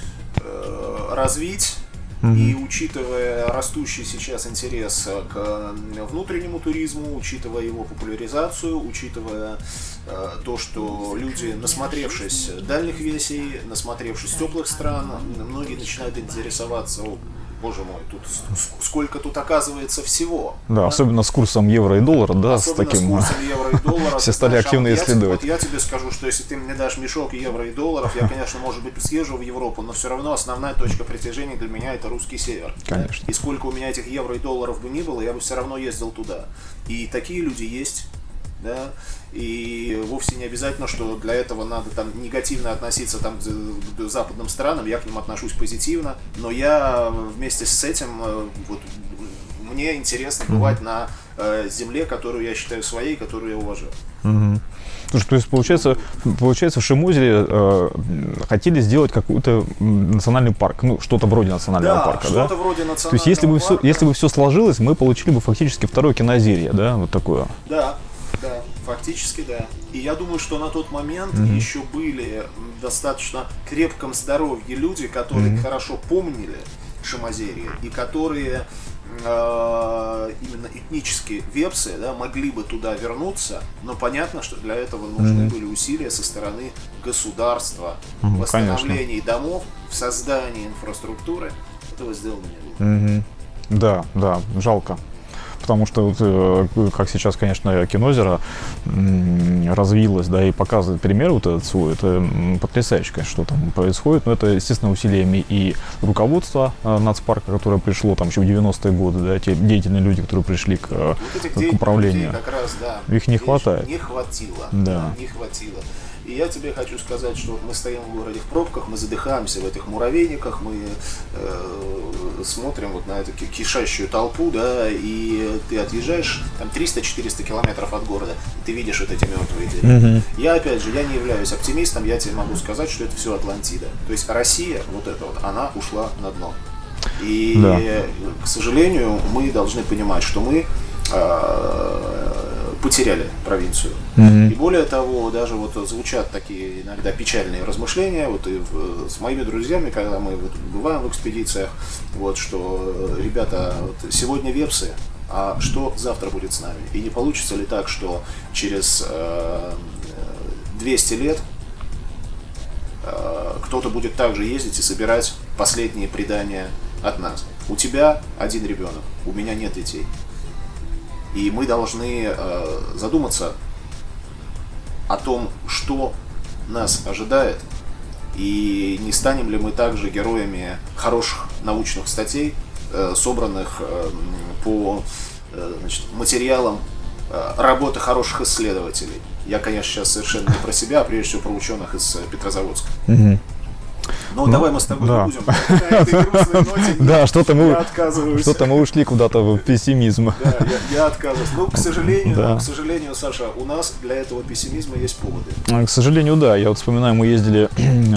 развить. И учитывая растущий сейчас интерес к внутреннему туризму, учитывая его популяризацию, учитывая то, что люди, насмотревшись дальних весей, насмотревшись теплых стран, многие начинают интересоваться, боже мой, тут сколько тут оказывается всего. Да, особенно с курсом евро и доллара, да, особенно с таким. С курсом евро и доллара. Все стали активно исследовать. Я тебе скажу, что если ты мне дашь мешок евро и долларов, я, конечно, может быть, съезжу в Европу, но все равно основная точка притяжения для меня это русский север. Конечно. И сколько у меня этих евро и долларов бы ни было, я бы все равно ездил туда. И такие люди есть. Да, и вовсе не обязательно, что для этого надо там негативно относиться там, к западным странам, я к ним отношусь позитивно, но я вместе с этим, вот, мне интересно бывать на земле, которую я считаю своей, которую я уважаю. Слушай, то есть получается в Шимозере хотели сделать какой-то национальный парк, ну что-то вроде национального парка, да? Что-то вроде национального парка. То есть если бы все сложилось, мы получили бы фактически второе Кинозерье, да, вот такое. Да, фактически да. И я думаю, что на тот момент еще были в достаточно крепком здоровье люди, которые хорошо помнили Шимозерье и которые именно этнические вепсы, да, могли бы туда вернуться, но понятно, что для этого нужны были усилия со стороны государства в восстановлении домов, в создании инфраструктуры. Этого сделано не было. Да, жалко. Потому что, вот, как сейчас, конечно, Кинозеро развилось, да, и показывает пример вот этот свой, это потрясающе, конечно, что там происходит. Но это, естественно, усилиями и руководства нацпарка, которое пришло там еще в 90-е годы, да, те деятельные люди, которые пришли к управлению. Как раз, да, их не хватает. Не хватило. Да. Не хватило. И я тебе хочу сказать, что мы стоим в городе в пробках, мы задыхаемся в этих муравейниках, мы смотрим вот на эту кишащую толпу, да, и ты отъезжаешь там 300-400 километров от города, и ты видишь вот эти мертвые деревья. Я, опять же, я не являюсь оптимистом, я тебе могу сказать, что это все Атлантида. То есть Россия, вот эта вот, она ушла на дно. И, к сожалению, мы должны понимать, что мы потеряли провинцию. И более того, даже вот звучат такие иногда печальные размышления, вот и с моими друзьями, когда мы вот бываем в экспедициях, вот, что, ребята, вот, сегодня вепсы, а что завтра будет с нами? И не получится ли так, что через 200 лет кто-то будет также ездить и собирать последние предания от нас? У тебя один ребенок, у меня нет детей. И мы должны задуматься о том, что нас ожидает, и не станем ли мы также героями хороших научных статей, собранных по материалам работы хороших исследователей. Я, конечно, сейчас совершенно не про себя, а прежде всего про ученых из Петрозаводска. Ну, давай мы с тобой не будем на этой грустной ноте. Да, что-то мы ушли куда-то в пессимизм. Да, я отказываюсь. Ну, к сожалению, Саша, у нас для этого пессимизма есть поводы. К сожалению, да. Я вот вспоминаю, мы ездили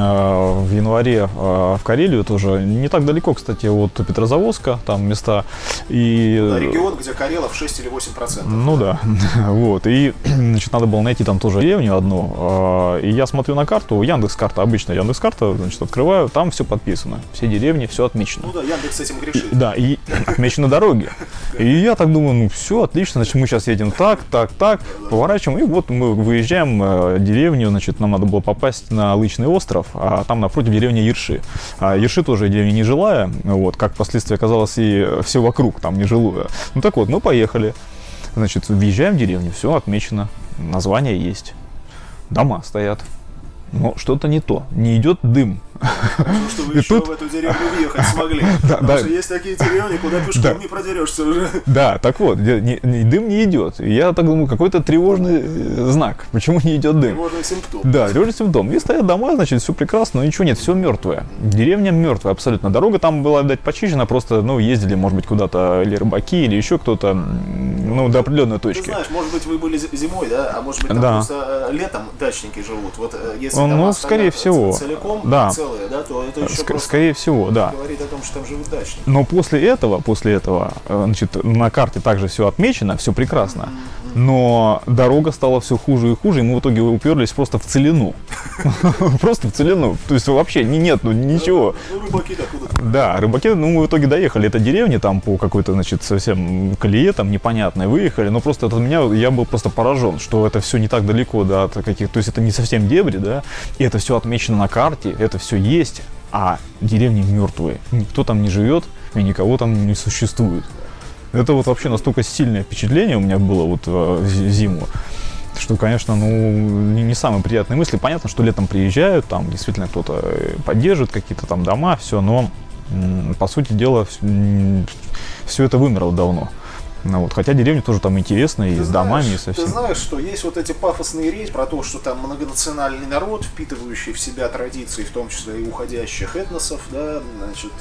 в январе в Карелию тоже. Не так далеко, кстати, от Петрозаводска, там места. И... регион, где карелов 6 или 8%. Ну да. Вот. И, значит, надо было найти там тоже деревню одну. И я смотрю на карту, Яндекс.Карта, обычная Яндекс.Карта, значит, открываю, там все подписано, все деревни, все отмечено. Ну да, Яндекс с этим грешит. Да, и отмечены дороги. И я так думаю, ну все, отлично, значит, мы сейчас едем так, поворачиваем, и вот мы выезжаем в деревню, значит, нам надо было попасть на Лычный остров, а там напротив деревня Ерши. А Ерши тоже деревня нежилая, вот, как впоследствии оказалось, и все вокруг там нежилое. Ну так вот, мы поехали, значит, въезжаем в деревню, все отмечено, название есть, дома стоят. Но что-то не то, не идет дым. Потому что вы еще в эту деревню въехать смогли. Потому что есть такие деревни, куда пешком не продерешься уже. Да, так вот, дым не идет. И я так думаю, какой-то тревожный знак. Почему не идет дым? Тревожный симптом. Да, тревожный симптом. И стоят дома, значит, все прекрасно, но ничего нет, все мертвое. Деревня мертвая абсолютно. Дорога там была, видать, почищена, просто, ну, ездили, может быть, куда-то или рыбаки, или еще кто-то, ну, до определенной точки. Ты знаешь, может быть, вы были зимой, да? А может быть, там просто летом дачники живут. Вот если ну, скорее всего. Целиком, да. Целые, да, то это еще скорее всего, да. Говорит о том, что там живут дачники. Но после этого, значит, на карте также все отмечено, все прекрасно. Но дорога стала все хуже и хуже, и мы в итоге уперлись просто в целину. Просто в целину. То есть вообще нет, ничего. Ну, рыбаки-то куда-то. Да, рыбаки, ну, мы в итоге доехали. Это деревня там по какой-то, значит, совсем колее там непонятной выехали. Но просто от меня, я был просто поражен, что это все не так далеко, да, от каких-то, то есть это не совсем дебри, да, и это все отмечено на карте, это все есть, а деревни мертвые. Никто там не живет, и никого там не существует. Это вот вообще настолько сильное впечатление у меня было вот в зиму, что, конечно, ну, не самые приятные мысли. Понятно, что летом приезжают, там действительно кто-то поддерживает какие-то там дома, все, но, по сути дела, все это вымерло давно. Ну, вот, хотя деревня тоже там интересная, и с домами, и со всем. Ты знаешь, что есть вот эти пафосные речи про то, что там многонациональный народ, впитывающий в себя традиции, в том числе и уходящих этносов, да, значит,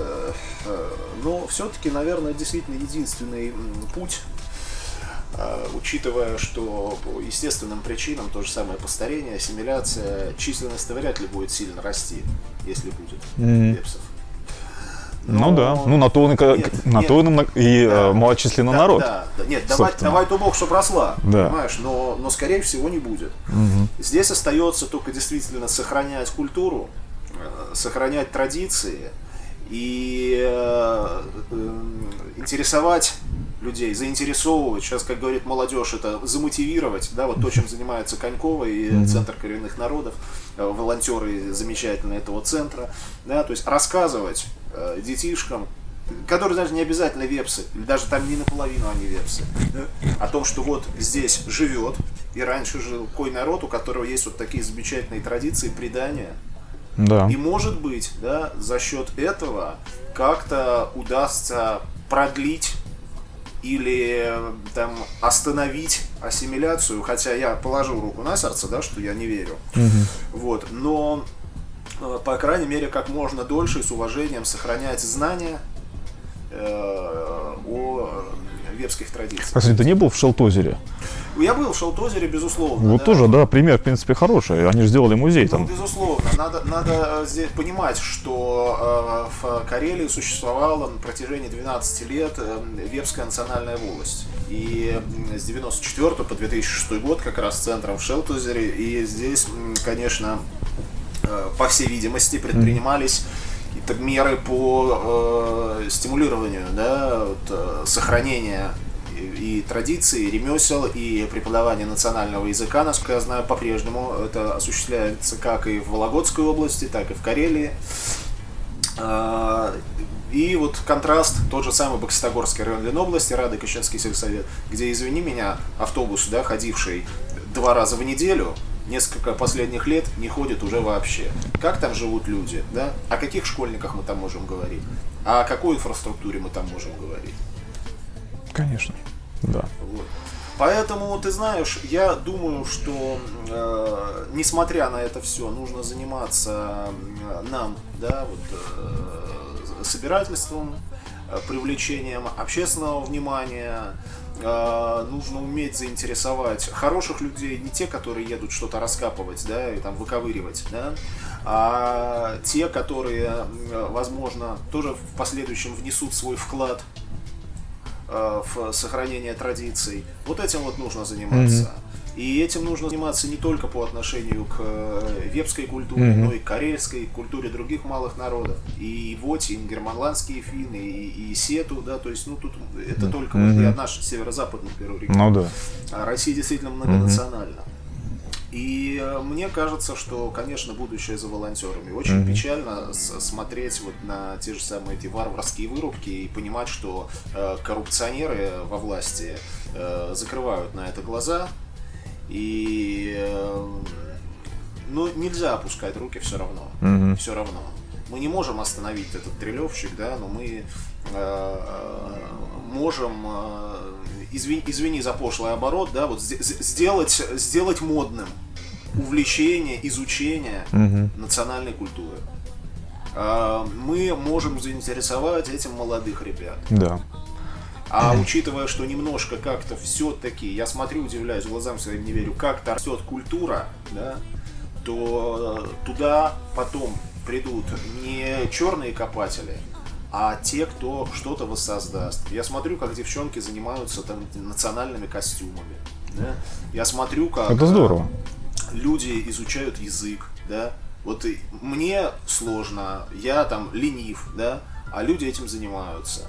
но все-таки, наверное, действительно единственный путь, учитывая, что по естественным причинам то же самое по старению, ассимиляция, численность вряд ли будет сильно расти, если будет вепсов. Ну да, ну на то он и малочисленный народ. Да. Нет, давай-то Бог, чтоб росла, понимаешь, но скорее всего не будет. Здесь остается только действительно сохранять культуру, сохранять традиции и интересовать людей, заинтересовывать, сейчас, как говорит молодежь, это замотивировать, да, вот то, чем занимается Конькова и Центр коренных народов, волонтеры замечательные этого центра, да, то есть рассказывать детишкам, которые даже не обязательно вепсы, или даже там не наполовину они вепсы, да, о том, что вот здесь живет и раньше жил такой народ, у которого есть вот такие замечательные традиции, предания. Да. И может быть, да, за счет этого как-то удастся продлить или там остановить ассимиляцию, хотя я положил руку на сердце, да, что я не верю. Вот, но, по крайней мере, как можно дольше и с уважением сохранять знания о вепских традициях. Кстати, ты не был в Шелтозере? Я был в Шелтозере, безусловно. Вот тоже, да, пример, в принципе, хороший. Они же сделали музей там. Ну, безусловно. Надо здесь понимать, что в Карелии существовала на протяжении 12 лет Вепская национальная волость. И с 1994 по 2006 год как раз центром в Шелтозере. И здесь, конечно, по всей видимости, предпринимались какие-то меры по стимулированию, да, вот, сохранения и традиций, и ремесел, и преподавания национального языка, насколько я знаю, по-прежнему это осуществляется как и в Вологодской области, так и в Карелии. И вот контраст, тот же самый Бокситогорский район Ленобласти, Радо-Кощенский сельсовет, где, извини меня, автобус, да, ходивший 2 раза в неделю, несколько последних лет не ходит уже вообще. Как там живут люди, да? О каких школьниках мы там можем говорить? О какой инфраструктуре мы там можем говорить? Конечно, да. Вот. Поэтому, ты знаешь, я думаю, что несмотря на это все, нужно заниматься нам, да, вот, собирательством, привлечением общественного внимания. Нужно уметь заинтересовать хороших людей, не те, которые едут что-то раскапывать, да, и там выковыривать, да, а те, которые, возможно, тоже в последующем внесут свой вклад в сохранение традиций. Вот этим вот нужно заниматься. И этим нужно заниматься не только по отношению к вепской культуре, но и к карельской культуре других малых народов. И воти, и германландские финны, и сету, да, то есть, ну, тут это только вот одна северо-западный, например, регион. Ну да. А Россия действительно многонациональна. И мне кажется, что, конечно, будущее за волонтерами. Очень печально смотреть вот на те же самые эти варварские вырубки и понимать, что коррупционеры во власти закрывают на это глаза. И ну, нельзя опускать руки все равно. Все равно. Мы не можем остановить этот трелевщик, да, но мы можем, извини за пошлый оборот, да, вот сделать модным увлечение, изучение национальной культуры. Мы можем заинтересовать этим молодых ребят. Да. А учитывая, что немножко как-то все-таки, я смотрю, удивляюсь, глазам своим не верю, как-то растет культура, да, то туда потом придут не черные копатели, а те, кто что-то воссоздаст. Я смотрю, как девчонки занимаются там национальными костюмами. Да? Я смотрю, как это здорово. Люди изучают язык. Да? Вот мне сложно, я там ленив, да? А люди этим занимаются.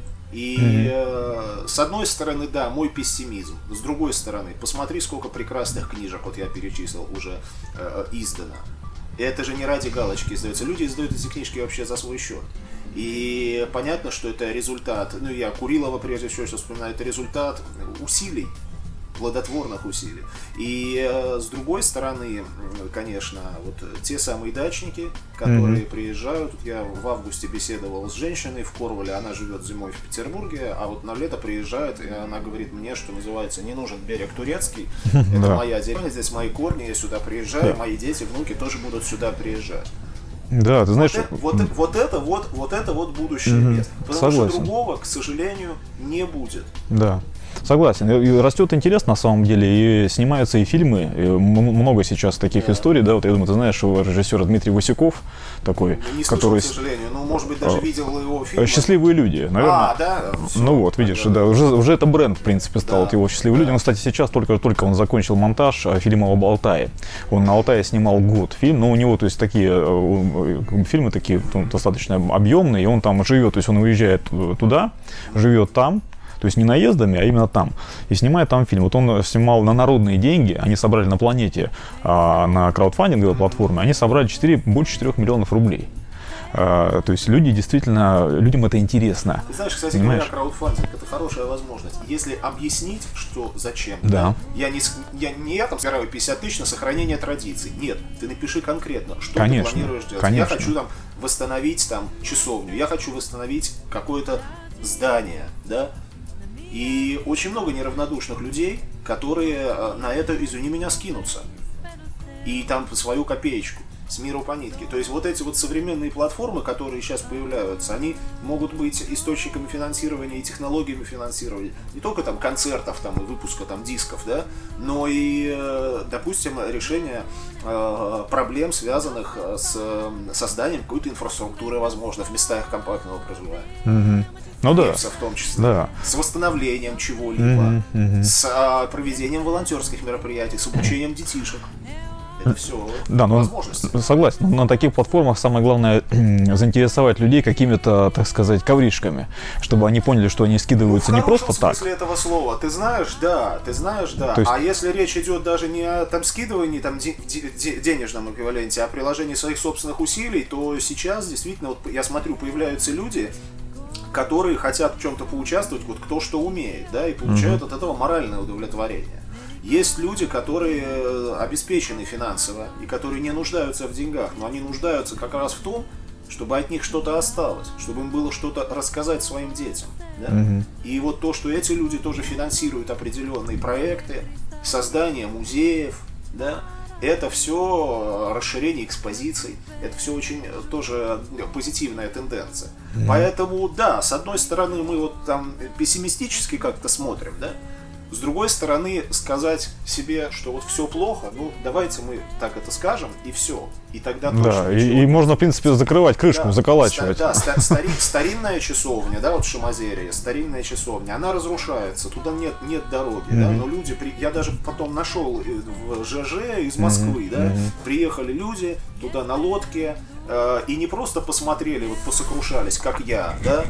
И с одной стороны, да, мой пессимизм. С другой стороны, посмотри, сколько прекрасных книжек, вот я перечислил, уже издано. И это же не ради галочки издается. Люди издают эти книжки вообще за свой счет. И понятно, что это результат, ну я Курилова прежде всего сейчас вспоминаю, это результат усилий, плодотворных усилий. И с другой стороны, конечно, вот те самые дачники, которые приезжают. Я в августе беседовал с женщиной в Корвале, она живет зимой в Петербурге, а вот на лето приезжает, и она говорит мне, что называется, не нужен берег турецкий, это моя деревня, здесь мои корни, я сюда приезжаю, мои дети, внуки тоже будут сюда приезжать. Да, ты знаешь, вот это будущее место. Потому что другого, к сожалению, не будет. Да. Согласен. И растет интерес на самом деле, и снимаются и фильмы, и много сейчас таких историй, да, вот я думаю, ты знаешь, режиссер Дмитрий Васюков такой, не слышал, который, к сожалению, но может быть даже видел его фильм. «Счастливые люди», наверное. Да? Все, ну вот, видишь, да, уже это бренд, в принципе, стал, вот его «Счастливые люди». Он, кстати, сейчас только он закончил монтаж фильма об Алтае. Он на Алтае снимал год фильм, но у него, то есть, такие фильмы такие достаточно объемные, и он там живет, то есть он уезжает туда, живет там. То есть не наездами, а именно там. И снимает там фильм. Вот он снимал на народные деньги. Они собрали на планете, на краудфандинговой платформе, они собрали больше 4 миллионов рублей. То есть людям это интересно. Ты знаешь, кстати говоря, краудфандинг — это хорошая возможность. Если объяснить, что зачем. Да. Я там сгораю 50 тысяч на сохранение традиций. Нет, ты напиши конкретно, что конечно, ты планируешь делать. Конечно. Я хочу там восстановить там часовню, я хочу восстановить какое-то здание, да. И очень много неравнодушных людей, которые на это, извини меня, скинутся. И там свою копеечку с миру по нитке. То есть вот эти вот современные платформы, которые сейчас появляются, они могут быть источниками финансирования и технологиями финансирования не только там концертов там, и выпуска там, дисков, да, но и, допустим, решения проблем, связанных с созданием какой-то инфраструктуры, возможно, в местах компактного проживания. Ну да. В том числе. Да. С восстановлением чего-либо, с проведением волонтерских мероприятий, с обучением детишек. Это все возможности. Согласен. Но на таких платформах самое главное заинтересовать людей какими-то, так сказать, ковришками, чтобы они поняли, что они скидываются не просто так. В смысле этого слова. Ты знаешь, да. Есть... А если речь идет даже не о там, скидывании там, денежном эквиваленте, а о приложении своих собственных усилий, то сейчас действительно, вот я смотрю, появляются люди, которые хотят в чем-то поучаствовать, вот кто что умеет, да, и получают от этого моральное удовлетворение. Есть люди, которые обеспечены финансово и которые не нуждаются в деньгах, но они нуждаются как раз в том, чтобы от них что-то осталось, чтобы им было что-то рассказать своим детям. Да? И вот то, что эти люди тоже финансируют определенные проекты, создание музеев, да, это все расширение экспозиций, это все очень тоже позитивная тенденция. Поэтому, да, с одной стороны мы вот там пессимистически как-то смотрим, да, с другой стороны, сказать себе, что вот все плохо, ну давайте мы так это скажем, и все. И тогда точно. Да, и можно, в принципе, закрывать крышку, да, заколачивать. Да, старинная часовня, да, вот в Шимазерии, старинная часовня, она разрушается, туда нет дороги, да, но люди, я даже потом нашел в ЖЖ из Москвы, да, приехали люди туда на лодке, и не просто посмотрели, вот посокрушались, как я, да,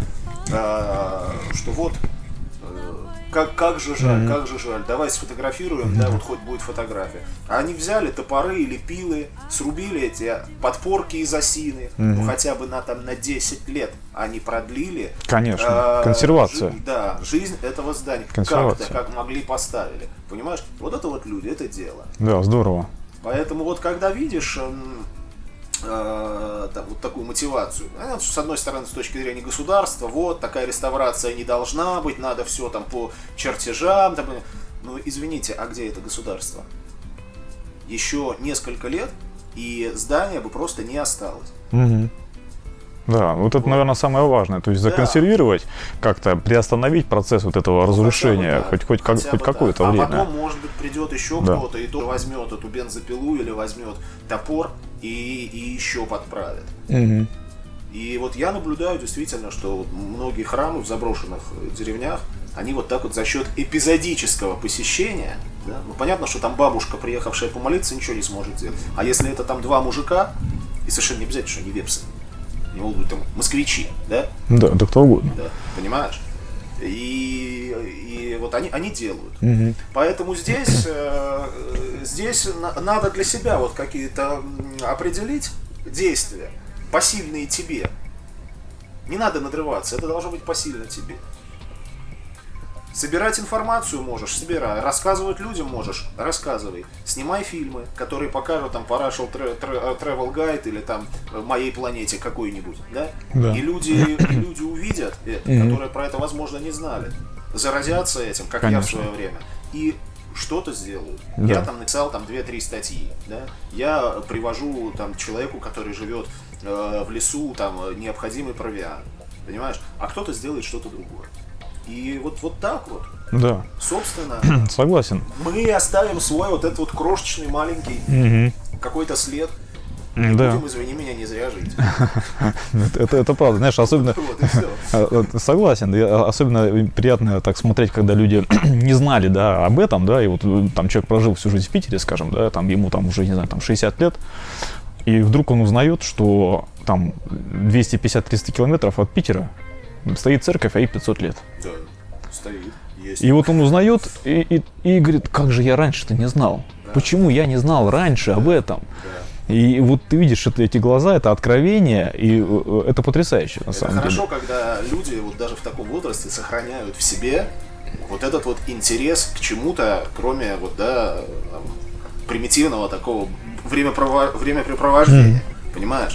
что вот, как же жаль, давай сфотографируем, да, вот хоть будет фотография. А они взяли топоры или пилы, срубили эти подпорки из осины, ну хотя бы на 10 лет они продлили. Конечно, консервация. Жизнь этого здания. Как могли поставили. Понимаешь? Вот это вот люди, это дело. Да, здорово. Поэтому вот когда видишь там, вот такую мотивацию. С одной стороны, с точки зрения государства, вот такая реставрация не должна быть, надо все там по чертежам. Там, ну, извините, а где это государство? Еще несколько лет, и здание бы просто не осталось. Да, вот это, наверное, самое важное. То есть законсервировать, как-то приостановить процесс вот этого разрушения, хоть какое-то время. А потом, может быть, придет еще кто-то и тоже возьмет эту бензопилу или возьмет топор и еще подправит. И вот я наблюдаю действительно, что многие храмы в заброшенных деревнях, они вот так вот за счет эпизодического посещения, да, ну понятно, что там бабушка, приехавшая помолиться, ничего не сможет сделать. А если это там два мужика, и совершенно не обязательно, что они вепсы, не могут быть там москвичи, да? Да, да кто угодно. Да, понимаешь? И вот они делают. Поэтому здесь надо для себя вот какие-то определить действия, посильные тебе. Не надо надрываться, это должно быть посильно тебе. Собирать информацию можешь, собирай. Рассказывать людям можешь, рассказывай. Снимай фильмы, которые покажут там Partial Travel Guide или там Моей планете какой-нибудь, да? Да. И люди увидят это, которые про это, возможно, не знали. Заразятся этим, как я в свое время. И что-то сделают. Да. Я там написал там 2-3 статьи, да? Я привожу там человеку, который живет в лесу, там необходимый провиант. Понимаешь? А кто-то сделает что-то другое. И вот так вот. Да. Собственно, согласен. Мы оставим свой вот этот вот крошечный маленький какой-то след. И будем, извини меня, не зря жить. Это правда, знаешь, особенно... Согласен, особенно приятно так смотреть, когда люди не знали, да, об этом, да, и вот там человек прожил всю жизнь в Питере, скажем, да, там ему там уже, не знаю, там 60 лет, и вдруг он узнает, что там 250-300 километров от Питера стоит церковь, а ей 500 лет. Да, стоит, есть. И вот он узнает и говорит, как же я раньше-то не знал? Да. Почему я не знал раньше об этом? Да. И вот ты видишь эти глаза, это откровение, и это потрясающе на самом деле. Это хорошо, когда люди вот даже в таком возрасте сохраняют в себе вот этот вот интерес к чему-то, кроме вот, да, примитивного такого времяпрепровождения, понимаешь?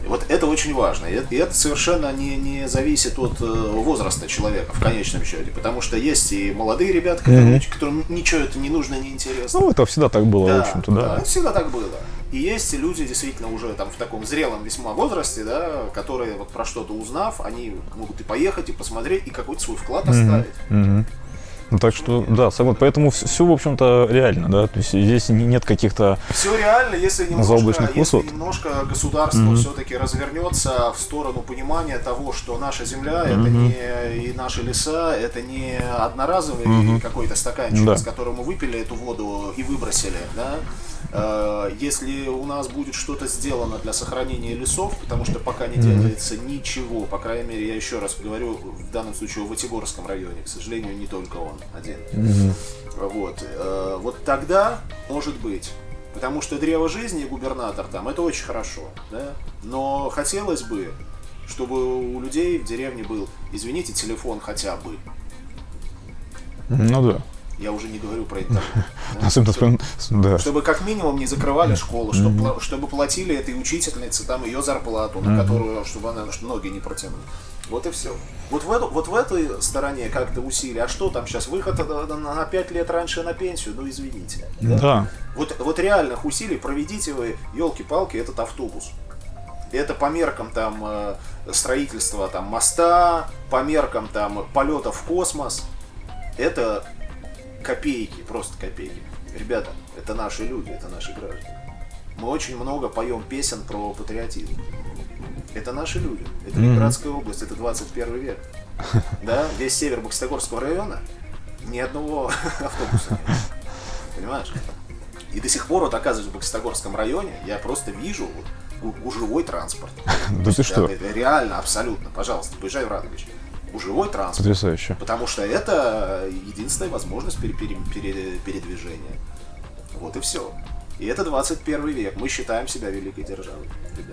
Вот это очень важно. И это совершенно не зависит от возраста человека в конечном счете. Потому что есть и молодые ребята, которым ничего это не нужно, не интересно. Ну, это всегда так было, да, в общем-то, да. Это всегда так было. И есть люди действительно уже там в таком зрелом весьма возрасте, да, которые вот про что-то узнав, они могут и поехать, и посмотреть, и какой-то свой вклад оставить. Ну, так что, да, поэтому все, в общем-то, реально, да, то есть здесь нет каких-то все реально, если немножко государство все-таки развернется в сторону понимания того, что наша земля, это не и наши леса, это не одноразовый какой-то стаканчик, из которого мы выпили эту воду и выбросили, да. Если у нас будет что-то сделано для сохранения лесов, потому что пока не делается ничего, по крайней мере, я еще раз говорю, в данном случае в Вытегорском районе, к сожалению, не только он один. Вот тогда может быть. Потому что древо жизни и губернатор там, это очень хорошо, да? Но хотелось бы, чтобы у людей в деревне был, извините, телефон хотя бы. Ну да. Я уже не говорю про интернет. Чтобы как минимум не закрывали школу, чтобы платили этой учительнице там ее зарплату, на которую, чтобы она ноги не протянула. Вот и все. Вот в этой стороне как-то усилия. А что там сейчас? Выход на 5 лет раньше на пенсию? Ну извините. Да. Вот реальных усилий проведите вы, елки-палки, этот автобус. Это по меркам там строительства там моста, по меркам там полета в космос. Это копейки, просто копейки. Ребята, это наши люди, это наши граждане. Мы очень много поем песен про патриотизм. Это наши люди. Это Ленинградская область, это 21 век. Да, весь север Бокситогорского района, ни одного автобуса нет. Понимаешь? И до сих пор, вот оказываясь в Бокситогорском районе, я просто вижу гужевой транспорт. Да ты что? Реально, абсолютно. Пожалуйста, поезжай в Радович. Гужевой транспорт. Потрясающе. Потому что это единственная возможность передвижения. Вот и все. И это 21 век. Мы считаем себя великой державой.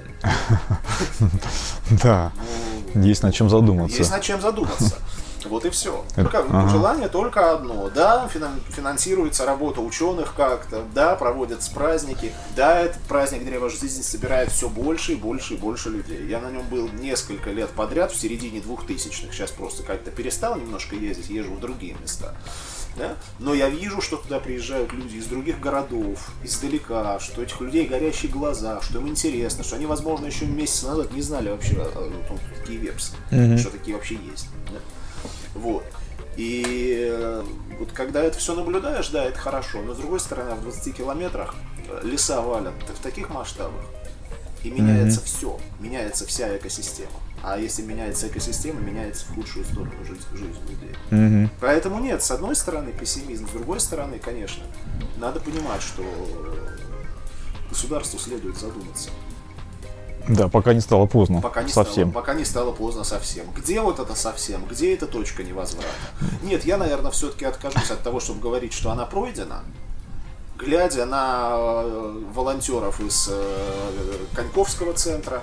Да. Есть над чем задуматься. Есть над чем задуматься. Вот и все. Желание только одно. Да, финансируется работа ученых как-то. Да, проводятся праздники. Да, этот праздник Древа Жизни собирает все больше и больше и больше людей. Я на нем был несколько лет подряд, в середине 2000-х. Сейчас просто как-то перестал немножко ездить, езжу в другие места. Да? Но я вижу, что туда приезжают люди из других городов, издалека, что у этих людей горящие глаза, что им интересно, что они, возможно, еще месяц назад не знали вообще о том, кто такие вепсы, что такие вообще есть. Да? Вот. И вот когда это все наблюдаешь, да, это хорошо, но с другой стороны, в 20 километрах леса валят в таких масштабах, и меняется все, меняется вся экосистема. А если меняется экосистема, меняется в худшую сторону жизнь людей. Поэтому нет, с одной стороны пессимизм, с другой стороны, конечно, надо понимать, что государству следует задуматься. Да, пока не стало поздно. Пока не стало поздно совсем. Где вот это совсем? Где эта точка невозврата? Нет, я, наверное, все-таки откажусь от того, чтобы говорить, что она пройдена. Глядя на волонтеров из Коньковского центра,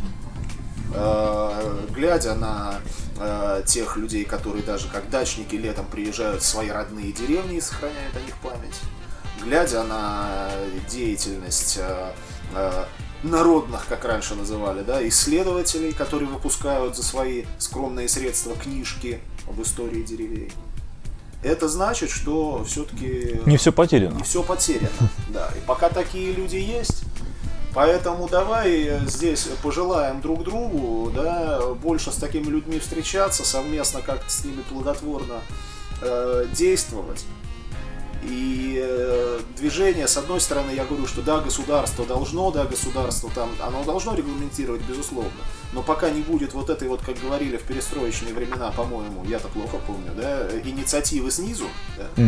глядя на тех людей, которые даже как дачники летом приезжают в свои родные деревни и сохраняют о них память, глядя на деятельность народных, как раньше называли, да, исследователей, которые выпускают за свои скромные средства книжки об истории деревень. Это значит, что все-таки не все потеряно. Не все потеряно, да. И пока такие люди есть, поэтому давай здесь пожелаем друг другу, да, больше с такими людьми встречаться, совместно как-то с ними плодотворно действовать. И движение, с одной стороны, я говорю, что да, государство должно, да, государство там, оно должно регламентировать, безусловно, но пока не будет вот этой вот, как говорили в перестроечные времена, по-моему, я-то плохо помню, да, инициативы снизу, да,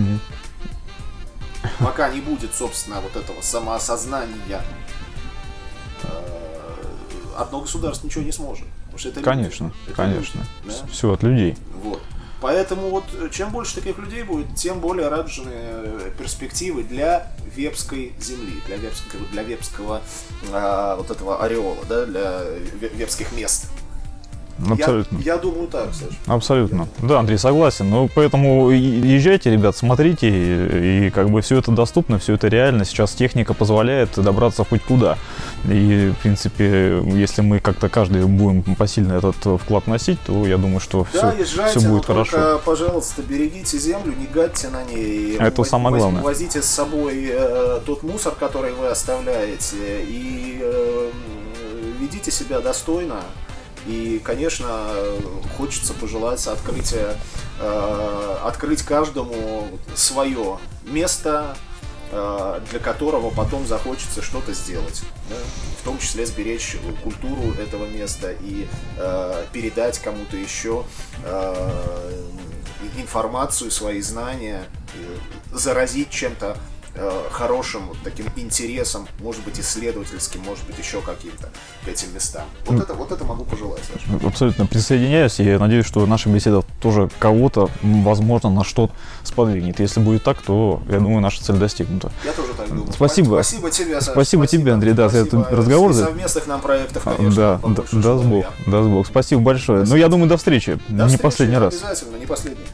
пока не будет, собственно, вот этого самоосознания, одно государство ничего не сможет. Потому что это конечно, люди, это конечно, люди, да? Все от людей. Вот. Поэтому вот чем больше таких людей будет, тем более радужные перспективы для вепской земли, для вепского вот этого ореола, да, для вепских мест. Абсолютно. Я думаю так, Саша. Абсолютно. Да, Андрей, согласен. Ну, поэтому езжайте, ребят, смотрите, и как бы все это доступно, все это реально. Сейчас техника позволяет добраться хоть куда. И, в принципе, если мы как-то каждый будем посильно этот вклад носить, то я думаю, что да, все будет хорошо. Только, пожалуйста, берегите землю, не гадьте на ней. Это самое главное. Возите с собой тот мусор, который вы оставляете, и ведите себя достойно. И, конечно, хочется пожелать открыть каждому свое место, для которого потом захочется что-то сделать, да? В том числе сберечь культуру этого места и передать кому-то еще информацию, свои знания, заразить чем-то хорошим вот таким интересом, может быть, исследовательским, может быть, еще каким-то к этим местам. Вот это могу пожелать, Саша. Абсолютно присоединяюсь, и я надеюсь, что наша беседа тоже кого-то, возможно, на что сподвигнет. Если будет так, то, я думаю, наша цель достигнута. Я тоже так думаю. Спасибо. Спасибо тебе, Саша. Спасибо тебе, Андрей, да, за этот разговор. Совместных нам проектов, конечно. Да, даст Бог. Спасибо большое. Ну, я думаю, до встречи. Не последний раз. Обязательно, не последний.